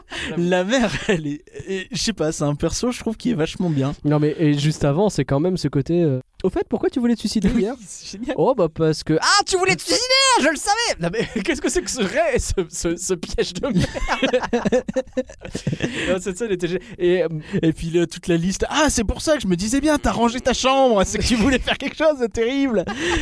la mère, elle est, et, je sais pas, c'est un perso je trouve qui est vachement bien. Non, mais et juste avant, c'est quand même ce côté. euh, Au fait, pourquoi tu voulais te suicider hier? C'est génial. Oh, bah parce que. Ah, tu voulais te suicider, je le savais! Non, mais qu'est-ce que c'est que ce ré, ce, ce, ce piège de merde? Non, cette scène était. gé- Et. euh, Et puis là, toute la liste. Ah, c'est pour ça que je me disais bien, t'as rangé ta chambre, c'est que tu voulais faire quelque chose de terrible.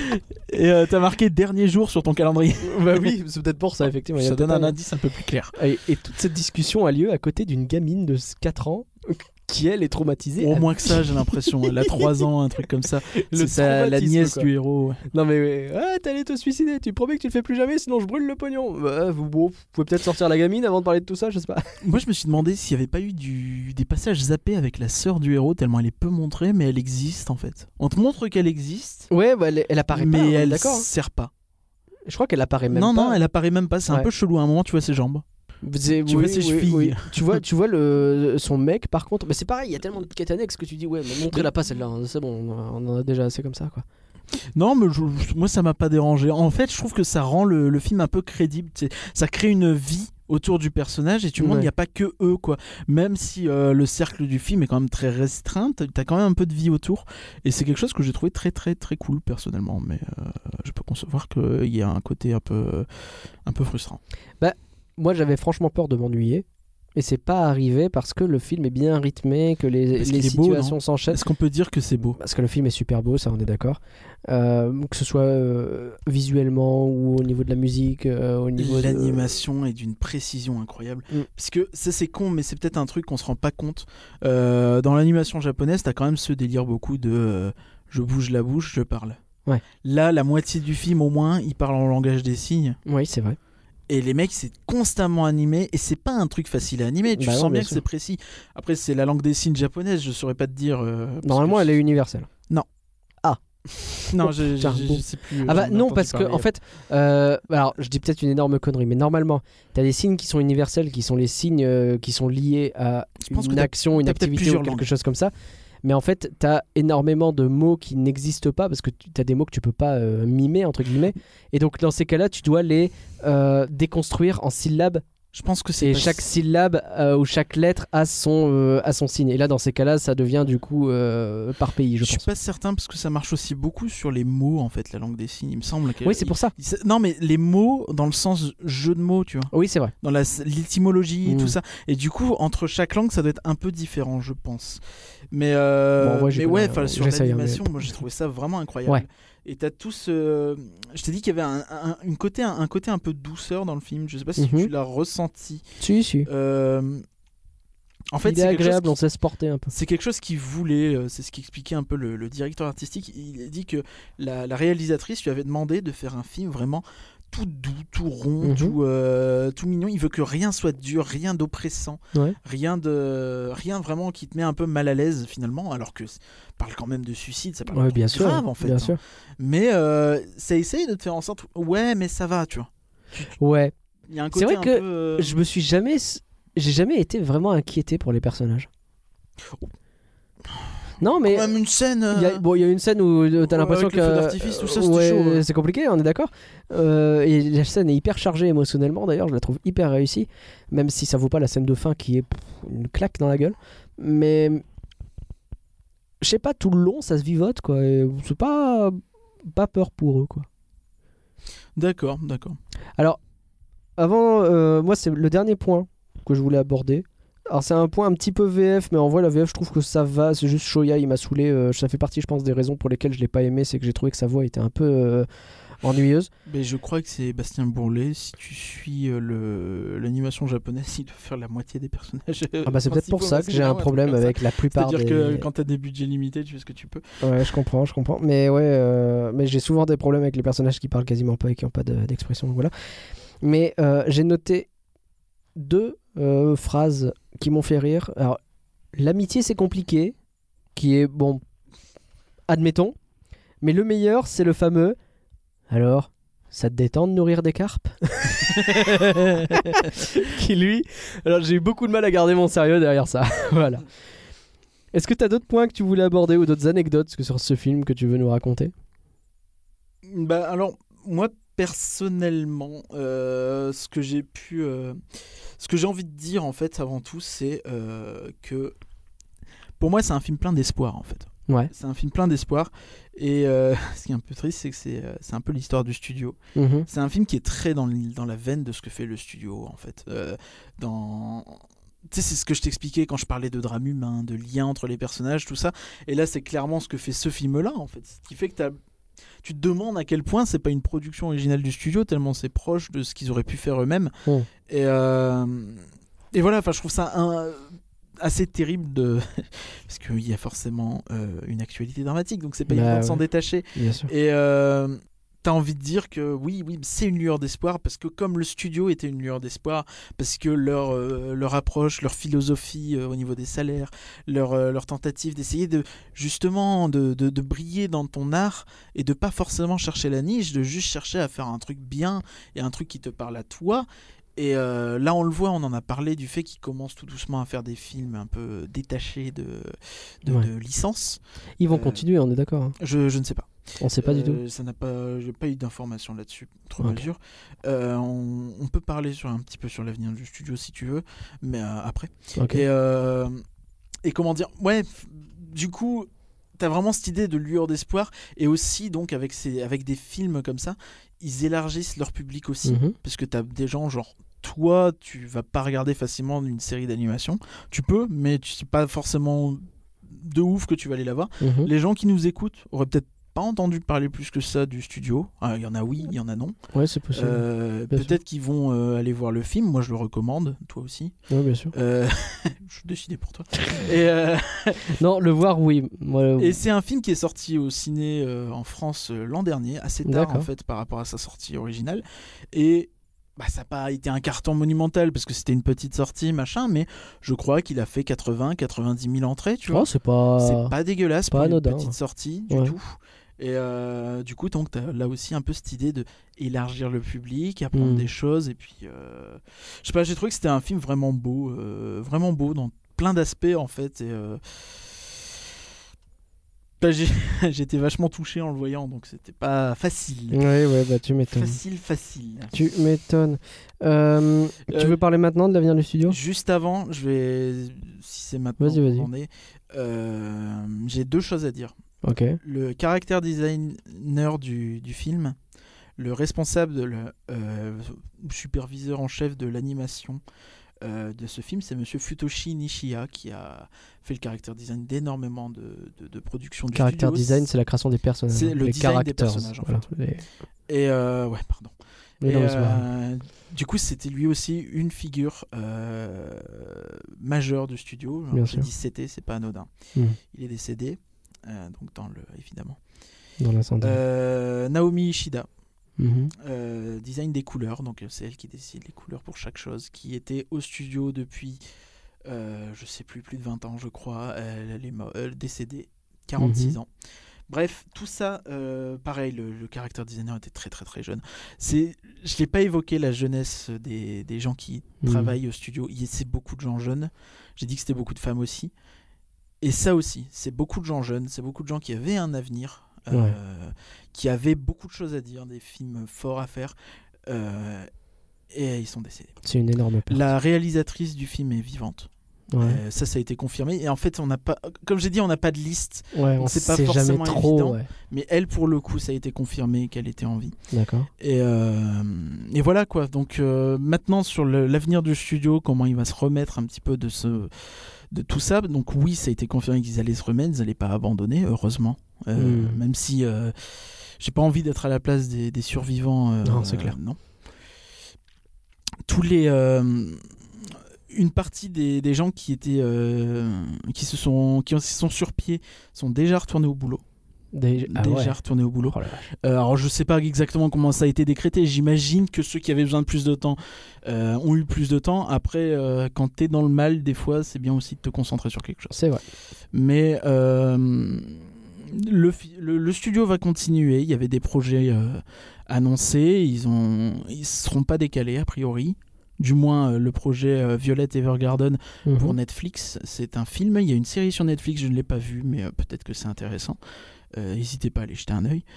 Et euh, t'as marqué dernier jour sur ton calendrier. Bah oui, c'est peut-être pour ça, effectivement. il y a Ça donne peut-être un un- indice un peu plus clair. Et, et toute cette discussion a lieu à côté d'une gamine de quatre ans qui, elle, est traumatisée. Au moins que ça, j'ai l'impression. Elle a trois ans, un truc comme ça. Le C'est ça, la traumatisme, nièce quoi. du héros. ouais. Non mais ouais, ouais, t'allais te suicider, tu promets que tu le fais plus jamais sinon je brûle le pognon. Bah, vous, bon, vous pouvez peut-être sortir la gamine avant de parler de tout ça, je sais pas. Moi, je me suis demandé s'il n'y avait pas eu du... des passages zappés avec la sœur du héros, tellement elle est peu montrée, mais elle existe en fait. On te montre qu'elle existe, Ouais, bah, elle, elle apparaît mais pas, on est elle d'accord. hein. sert pas. Je crois qu'elle apparaît même non, pas. non, elle apparaît même pas. C'est un Ouais. peu chelou. À un moment, tu vois ses jambes. C'est- Tu vois ses chevilles. tu vois, tu vois le, son mec par contre, mais c'est pareil, il y a tellement de quêtes annexes que tu dis ouais, mais montrez-la pas celle-là, hein, c'est bon, on en a déjà assez comme ça quoi. Non, mais je- je- moi, ça m'a pas dérangé. En fait, je trouve que ça rend le, le film un peu crédible. C'est- Ça crée une vie autour du personnage et tu montres Ouais. qu'il n'y a pas que eux, quoi. Même si euh, le cercle du film est quand même très restreint, t'as t'as quand même un peu de vie autour. Et c'est quelque chose que j'ai trouvé très, très, très cool, personnellement. Mais euh, je peux concevoir qu'il y a un côté un peu, un peu frustrant. Moi j'avais franchement peur de m'ennuyer. Et c'est pas arrivé parce que le film est bien rythmé, que les, Parce les qu'il est beau, situations non s'enchaînent. Est-ce qu'on peut dire que c'est beau? Parce que le film est super beau, ça on est d'accord. Euh, que ce soit euh, visuellement ou au niveau de la musique, euh, au niveau de... L'animation est d'une précision incroyable. Mm. Parce que ça, c'est con, mais c'est peut-être un truc qu'on se rend pas compte. Euh, dans l'animation japonaise, t'as quand même ce délire beaucoup de euh, je bouge la bouche, je parle. Ouais. Là, la moitié du film, au moins, ils parlent en langage des signes. Oui, c'est vrai. Et les mecs, c'est constamment animé. Et c'est pas un truc facile à animer. Tu Bah non, sens bien bien que sûr. c'est précis. Après, c'est la langue des signes japonaise. Je saurais pas te dire. euh, parce Normalement, que elle est universelle. Non, je, je, Tiens, je- bon. je sais plus. Ah bah j'en ai non, entendu parce que parler. en fait, euh, alors je dis peut-être une énorme connerie, mais normalement, t'as des signes qui sont universels, qui sont les signes euh, qui sont liés à Je pense que une t'as- action, une t'as peut-être activité ou plusieurs quelque langues. chose comme ça. Mais en fait, t'as énormément de mots qui n'existent pas parce que tu as des mots que tu peux pas euh, mimer entre guillemets. Et donc dans ces cas-là, tu dois les euh, déconstruire en syllabes. Je pense que c'est Et pas- chaque syllabe euh, ou chaque lettre a son, euh, a son signe. Et là, dans ces cas-là, ça devient du coup euh, par pays, je Je suis pense. pas certain parce que ça marche aussi beaucoup sur les mots en fait, la langue des signes. Il me semble. que- Oui, c'est pour ça. il- il- Non, mais les mots dans le sens jeu de mots, tu vois, Oui, c'est vrai. dans la l'étymologie, Mm. tout ça. Et du coup, entre chaque langue, ça doit être un peu différent, je pense. Mais, euh, Bon, en vrai, j'y mais connais ouais, rien. enfin sur J'essaye, hein, l'animation, mais- moi j'ai trouvé ça vraiment incroyable. Ouais. Et t'as tout ce. Je t'ai dit qu'il y avait un, un- une côté, un, un côté un peu douceur dans le film. Je sais pas si Mhm. tu l'as ressenti. Si, si. Euh, En fait, Il c'est est quelque chose agréable, qui- on sait se porter un peu. c'est quelque chose qu'il voulait, euh, c'est ce qu'expliquait un peu le, le directeur artistique. Il a dit que la, la réalisatrice lui avait demandé de faire un film vraiment tout doux, tout rond, Mhm. tout, euh, tout mignon. Il veut que rien soit dur, rien d'oppressant, Ouais. rien, de, rien vraiment qui te met un peu mal à l'aise finalement, alors que ça parle quand même de suicide, ça parle Ouais, de bien trucs sûr. graves en fait. Bien hein. sûr. Mais euh, ça essaye de te faire en sorte, ouais, mais ça va, tu vois. Ouais. Il y a un C'est côté vrai un que peu, euh, Je me suis jamais. J'ai jamais été vraiment inquiété pour les personnages. Non, mais Quand même une scène. il y a, bon, il y a une scène où euh, t'as Ouais, l'impression avec que le feu d'artifice, tout ça, c'était ouais, chaud, ouais. c'est compliqué, on est d'accord. Euh, et la scène est hyper chargée émotionnellement. D'ailleurs, je la trouve hyper réussie, même si ça vaut pas la scène de fin qui est pff, une claque dans la gueule. Mais je sais pas, tout le long, ça se vivote quoi. Et c'est pas pas peur pour eux quoi. D'accord, d'accord. Alors, avant, euh, moi, c'est le dernier point que je voulais aborder. Alors, c'est un point un petit peu V F, mais en vrai, la V F, je trouve que ça va. C'est juste Shoya, il m'a saoulé. Euh, ça fait partie, je pense, des raisons pour lesquelles je l'ai pas aimé. C'est que j'ai trouvé que sa voix était un peu euh, ennuyeuse. Mais je crois que c'est Bastien Bourlet. Si tu suis euh, le... l'animation japonaise, il doit faire la moitié des personnages. Ah bah, c'est peut-être pour ça que j'ai un problème avec la plupart C'est-à-dire des... que quand t'as des budgets limités, tu fais ce que tu peux. Ouais, je comprends, je comprends. Mais ouais, euh, mais j'ai souvent des problèmes avec les personnages qui parlent quasiment pas et qui n'ont pas de- d'expression. Donc voilà. Mais euh, j'ai noté deux euh, phrases qui m'ont fait rire. Alors, l'amitié, c'est compliqué, qui est, bon, admettons. Mais le meilleur, c'est le fameux « Alors, ça te détend de nourrir des carpes ?» Qui, lui... Alors, j'ai eu beaucoup de mal à garder mon sérieux derrière ça. Voilà. Est-ce que tu as d'autres points que tu voulais aborder ou d'autres anecdotes sur ce film que tu veux nous raconter ? Bah alors moi personnellement, euh, ce que j'ai pu, euh, ce que j'ai envie de dire en fait avant tout, c'est euh, que pour moi c'est un film plein d'espoir en fait. Ouais. C'est un film plein d'espoir et euh, ce qui est un peu triste, c'est que c'est, euh, c'est un peu l'histoire du studio. Mhm. C'est un film qui est très dans, le- dans la veine de ce que fait le studio en fait. Euh, dans... Tu sais, c'est ce que je t'expliquais quand je parlais de drame humain, de lien entre les personnages, tout ça. Et là, c'est clairement ce que fait ce film-là en fait. Ce qui fait que t'as... tu te demandes à quel point c'est pas une production originale du studio, tellement c'est proche de ce qu'ils auraient pu faire eux-mêmes. Mm. Et, euh, et voilà, enfin, je trouve ça un... assez terrible de parce qu'il y a forcément euh, une actualité dramatique, donc c'est pas Bah évident de ouais. s'en détacher. Bien sûr. Et euh, t'as envie de dire que oui, oui, c'est une lueur d'espoir parce que comme le studio était une lueur d'espoir, parce que leur euh, leur approche, leur philosophie euh, au niveau des salaires, leur euh, leur tentative d'essayer de justement de, de de briller dans ton art et de pas forcément chercher la niche, de juste chercher à faire un truc bien et un truc qui te parle à toi. Et euh, là, on le voit, on en a parlé du fait qu'ils commencent tout doucement à faire des films un peu détachés de, de, Ouais. de licences. Ils vont Euh, continuer, on est d'accord. Hein. Je, je ne sais pas. On sait pas du tout. Euh, Ça n'a pas, j'ai pas eu d'informations là-dessus, trop Ok. mesure. Euh, on, on peut parler sur un petit peu sur l'avenir du studio si tu veux, mais euh, après. Ok. Et, euh, et comment dire, ouais, f- du coup, t'as vraiment cette idée de lueur d'espoir, et aussi donc avec ces, avec des films comme ça, ils élargissent leur public aussi, Mhm. parce que t'as des gens genre toi, tu vas pas regarder facilement une série d'animation, tu peux, mais tu sais pas forcément de ouf que tu vas aller la voir. Mhm. Les gens qui nous écoutent auraient peut-être pas entendu parler plus que ça du studio. Ah, il y en a oui, il y en a non. Ouais, c'est possible. Euh, Bien peut-être qu'ils vont euh, aller voir le film. Moi, je le recommande. Toi aussi. Ouais, bien sûr. Euh, je suis décidé pour toi. Et, euh, Non, le voir, oui. Moi, et c'est un film qui est sorti au ciné euh, en France euh, l'an dernier, assez tard D'accord. en fait par rapport à sa sortie originale. Et bah, ça n'a pas été un carton monumental parce que c'était une petite sortie, machin, mais je crois qu'il a fait quatre-vingts à quatre-vingt-dix mille entrées, tu vois. oh, c'est pas. C'est pas dégueulasse pas pour anodin, une petite ouais. sortie du Ouais. tout. Et euh, du coup, donc, t'as là aussi un peu cette idée de élargir le public, apprendre Mm. des choses. Et puis, euh, je sais pas, j'ai trouvé que c'était un film vraiment beau, euh, vraiment beau dans plein d'aspects en fait. Et euh, bah, j'ai- j'étais vachement touché en le voyant, donc c'était pas facile. Ouais, ouais, bah tu m'étonnes. Facile, facile. Tu m'étonnes. Euh, Tu Euh, veux parler maintenant de l'avenir du studio ? Juste avant, je vais, si c'est maintenant Vas-y, vas-y. qu'on en est, euh, j'ai deux choses à dire. Ok. Le character designer du, du film, le responsable, de le euh, superviseur en chef de l'animation euh, de ce film, c'est monsieur Futoshi Nishiya qui a fait le character design d'énormément de, de, de productions du Character studio. design, c'est la création des personnages. c'est hein, le les design des characters, personnages, en voilà. fait. Les- Et euh, ouais, pardon. les Et, noms, c'est pas- euh, du coup, c'était lui aussi une figure euh, majeure du studio. Alors, Bien j'ai sûr. dit c'était, c'est pas anodin. Mhm. Il est décédé, euh, donc dans le évidemment. Dans l'incendie. Euh, Naomi Ishida, Mhm. euh, design des couleurs, donc euh, c'est elle qui décide les couleurs pour chaque chose, qui était au studio depuis, euh, je sais plus, plus de vingt ans, je crois. Elle, elle est mo- elle est décédée, quarante-six Mhm. ans. Bref, tout ça, euh, pareil, le, le character designer était très très très jeune. C'est, je l'ai pas évoqué la jeunesse des, des gens qui Mhm. travaillent au studio. Il- C'est beaucoup de gens jeunes. J'ai dit que c'était beaucoup de femmes aussi. Et ça aussi, c'est beaucoup de gens jeunes, c'est beaucoup de gens qui avaient un avenir, euh, Ouais. qui avaient beaucoup de choses à dire, des films forts à faire, euh, et ils sont décédés. C'est une énorme perte. La réalisatrice du film est vivante. Ouais. Euh, ça, ça a été confirmé. Et en fait, on n'a pas, comme j'ai dit, on n'a pas de liste. Ouais, on c'est pas sait jamais forcément trop. évident. Ouais. Mais elle, pour le coup, ça a été confirmé qu'elle était en vie. D'accord. Et, euh, et voilà quoi. Donc euh, maintenant sur le, l'avenir du studio, comment il va se remettre un petit peu de ce, de tout ça. Donc oui, ça a été confirmé qu'ils allaient se remettre, ils n'allaient pas abandonner, heureusement. Euh, Mm. Même si euh, j'ai pas envie d'être à la place des, des survivants. euh, Non, c'est clair. Non. Tous les euh, une partie des, des gens qui étaient euh, qui se sont qui se sont sur pied sont déjà retournés au boulot. Déjà, ah déjà ouais. retournés au boulot. Oh la vache. Euh, alors je sais pas exactement comment ça a été décrété. J'imagine que ceux qui avaient besoin de plus de temps euh, ont eu plus de temps. Après, euh, quand t'es dans le mal, des fois, c'est bien aussi de te concentrer sur quelque chose. C'est vrai. Mais euh, le, fi- le, le studio va continuer. Il y avait des projets euh, annoncés. Ils ont, ils seront pas décalés a priori. Du moins, euh, le projet euh, Violet Evergarden Mhm. pour Netflix, c'est un film. Il y a une série sur Netflix, je ne l'ai pas vue, mais euh, peut-être que c'est intéressant. Euh, n'hésitez pas à aller jeter un œil.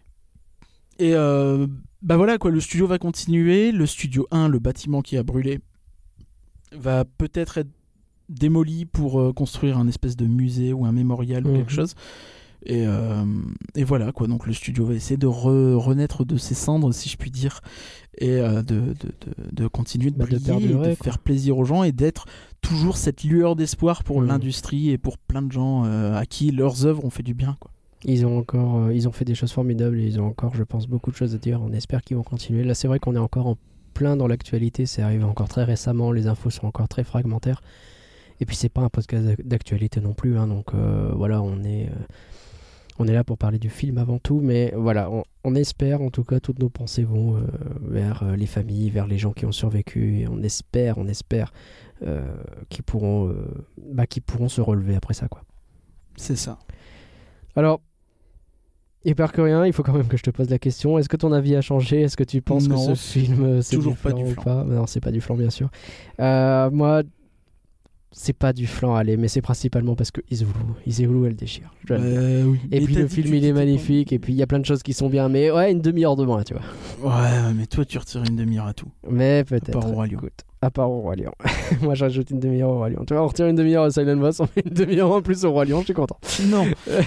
Et euh, bah voilà quoi, le studio va continuer. Le studio un, le bâtiment qui a brûlé, va peut-être être démoli pour euh, construire un espèce de musée ou un mémorial ou Mhm. quelque chose. Et, euh, et voilà quoi, donc le studio va essayer de re- renaître de ses cendres, si je puis dire, et euh, de, de, de, de continuer de Bah, de briller, et perdurer, de quoi. faire plaisir aux gens et d'être toujours cette lueur d'espoir pour Mhm. l'industrie et pour plein de gens euh, à qui leurs œuvres ont fait du bien quoi. Ils ont encore, euh, ils ont fait des choses formidables et ils ont encore, je pense, beaucoup de choses à dire. On espère qu'ils vont continuer. Là, c'est vrai qu'on est encore en plein dans l'actualité. C'est arrivé encore très récemment. Les infos sont encore très fragmentaires. Et puis, c'est pas un podcast d'actualité non plus. Hein, donc, euh, voilà, on est, euh, on est là pour parler du film avant tout. Mais voilà, on, on espère, en tout cas, toutes nos pensées vont euh, vers euh, les familles, vers les gens qui ont survécu. Et on espère, on espère euh, qu'ils pourront, euh, bah, qu'ils pourront se relever après ça, quoi. C'est ça. Alors, Hypercurien, il faut quand même que je te pose la question. Est-ce que ton avis a changé? Est-ce que tu penses Non, que ce c'est film, euh, c'est toujours du pas flan du ou flan. pas? Non, c'est pas du flan, bien sûr. Euh, moi, c'est pas du flan, allez, mais c'est principalement parce que Isulu, Isulu, elle déchire. Je l'aime. Euh, oui. Et Mais puis t'as le dit film, que tu il est quittais pas. magnifique. Et puis il y a plein de choses qui sont bien. Mais ouais, une demi-heure de moins, tu vois. Ouais, mais toi tu retires une demi-heure à tout. Mais peut-être. part au Roi Lion. Écoute, à part au Roi Lion. Moi, je rajoute une demi-heure au Roi Lion. Tu vois, on retire une demi-heure à Silent Boss, on met une demi-heure en plus au Roi Lion, je suis content. Non.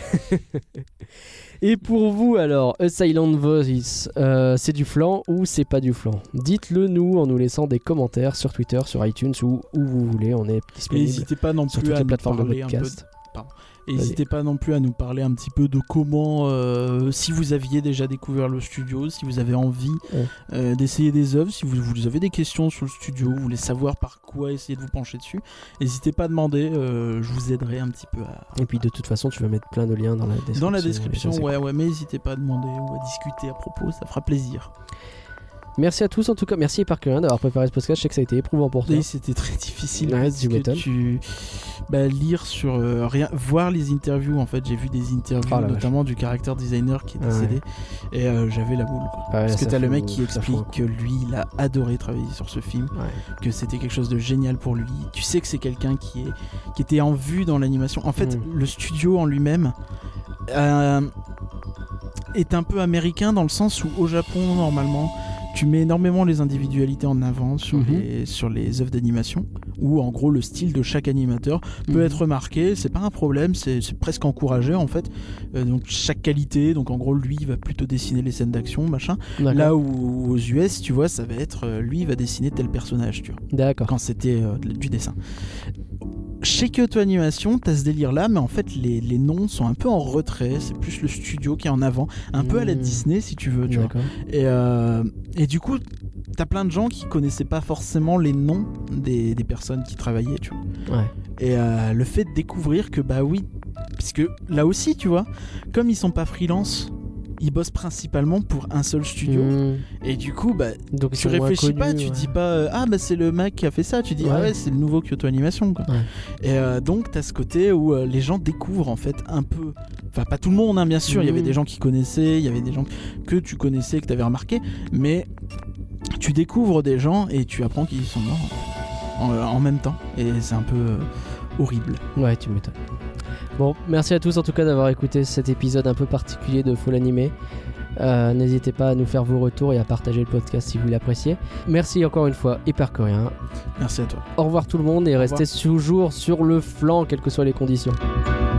Et pour vous alors, A Silent Voice, euh, c'est du flan ou c'est pas du flan? Dites-le nous en nous laissant des commentaires sur Twitter, sur iTunes ou où vous voulez. On est Et disponible n'hésitez pas non sur plus toutes à les nous plateformes de parler un peu. podcast. Et n'hésitez pas non plus à nous parler un petit peu de comment, euh, si vous aviez déjà découvert le studio, si vous avez envie Ouais. euh, d'essayer des œuvres, si vous, vous avez des questions sur le studio, vous voulez savoir par quoi essayer de vous pencher dessus, n'hésitez pas à demander, euh, je vous aiderai un petit peu à... Et puis de toute façon, tu vas mettre plein de liens dans la description. Dans la et description, ça, c'est ouais, cool. ouais, mais n'hésitez pas à demander ou à discuter à propos, ça fera plaisir. Merci à tous en tout cas. Merci Hypercurien d'avoir préparé ce podcast. Je sais que ça a été éprouvant pour toi. Et c'était très difficile Ouais, parce tu que m'étonnes. tu bah, lire sur euh, rien, voir les interviews en fait. J'ai vu des interviews Oh la notamment du character designer qui est Ah décédé et euh, j'avais la boule. Quoi. Ouais, parce que ça t'as le fout- mec qui ça explique fout un que lui il a adoré travailler sur ce film, Ouais. que c'était quelque chose de génial pour lui. Tu sais que c'est quelqu'un qui est qui était en vue dans l'animation. En fait, Mm. le studio en lui-même euh, est un peu américain dans le sens où au Japon normalement tu mets énormément les individualités en avant sur, Mhm. les, sur les œuvres d'animation où en gros le style de chaque animateur peut Mhm. être remarqué, c'est pas un problème, c'est c'est presque encouragé en fait. Euh, donc chaque qualité, donc en gros lui il va plutôt dessiner les scènes d'action machin, D'accord. là où aux U S tu vois ça va être euh, lui il va dessiner tel personnage tu vois D'accord. quand c'était euh, du dessin. Chez Kyoto Animation, t'as ce délire là, mais en fait les, les noms sont un peu en retrait, c'est plus le studio qui est en avant, un peu à la Mmh. Disney si tu veux, tu vois. D'accord. Et, euh, et du coup, t'as plein de gens qui connaissaient pas forcément les noms des, des personnes qui travaillaient, tu vois. Ouais. Et euh, le fait de découvrir que bah oui, parce que là aussi, tu vois, comme ils sont pas freelance, ils bossent principalement pour un seul studio. Mmh. Et du coup, bah Donc ils tu sont moins réfléchis connus, pas, tu ouais. dis pas euh, ah bah c'est le mec qui a fait ça, tu dis Ouais. ah ouais c'est le nouveau Kyoto Animation quoi. Ouais. Et euh, donc t'as ce côté où euh, les gens découvrent en fait un peu, enfin pas tout le monde hein, bien sûr, il y avait Mhm. des gens qui connaissaient, il y avait des gens que tu connaissais, que t'avais remarqué, mais tu découvres des gens et tu apprends qu'ils sont morts en, en même temps et c'est un peu euh, horrible. Ouais, tu m'étonnes. Bon, merci à tous en tout cas d'avoir écouté cet épisode un peu particulier de Full Animé. Euh, n'hésitez pas à nous faire vos retours et à partager le podcast si vous l'appréciez. Merci encore une fois, Hyper Coréen. Merci à toi. Au revoir tout le monde et Au restez revoir. toujours sur le flanc, quelles que soient les conditions.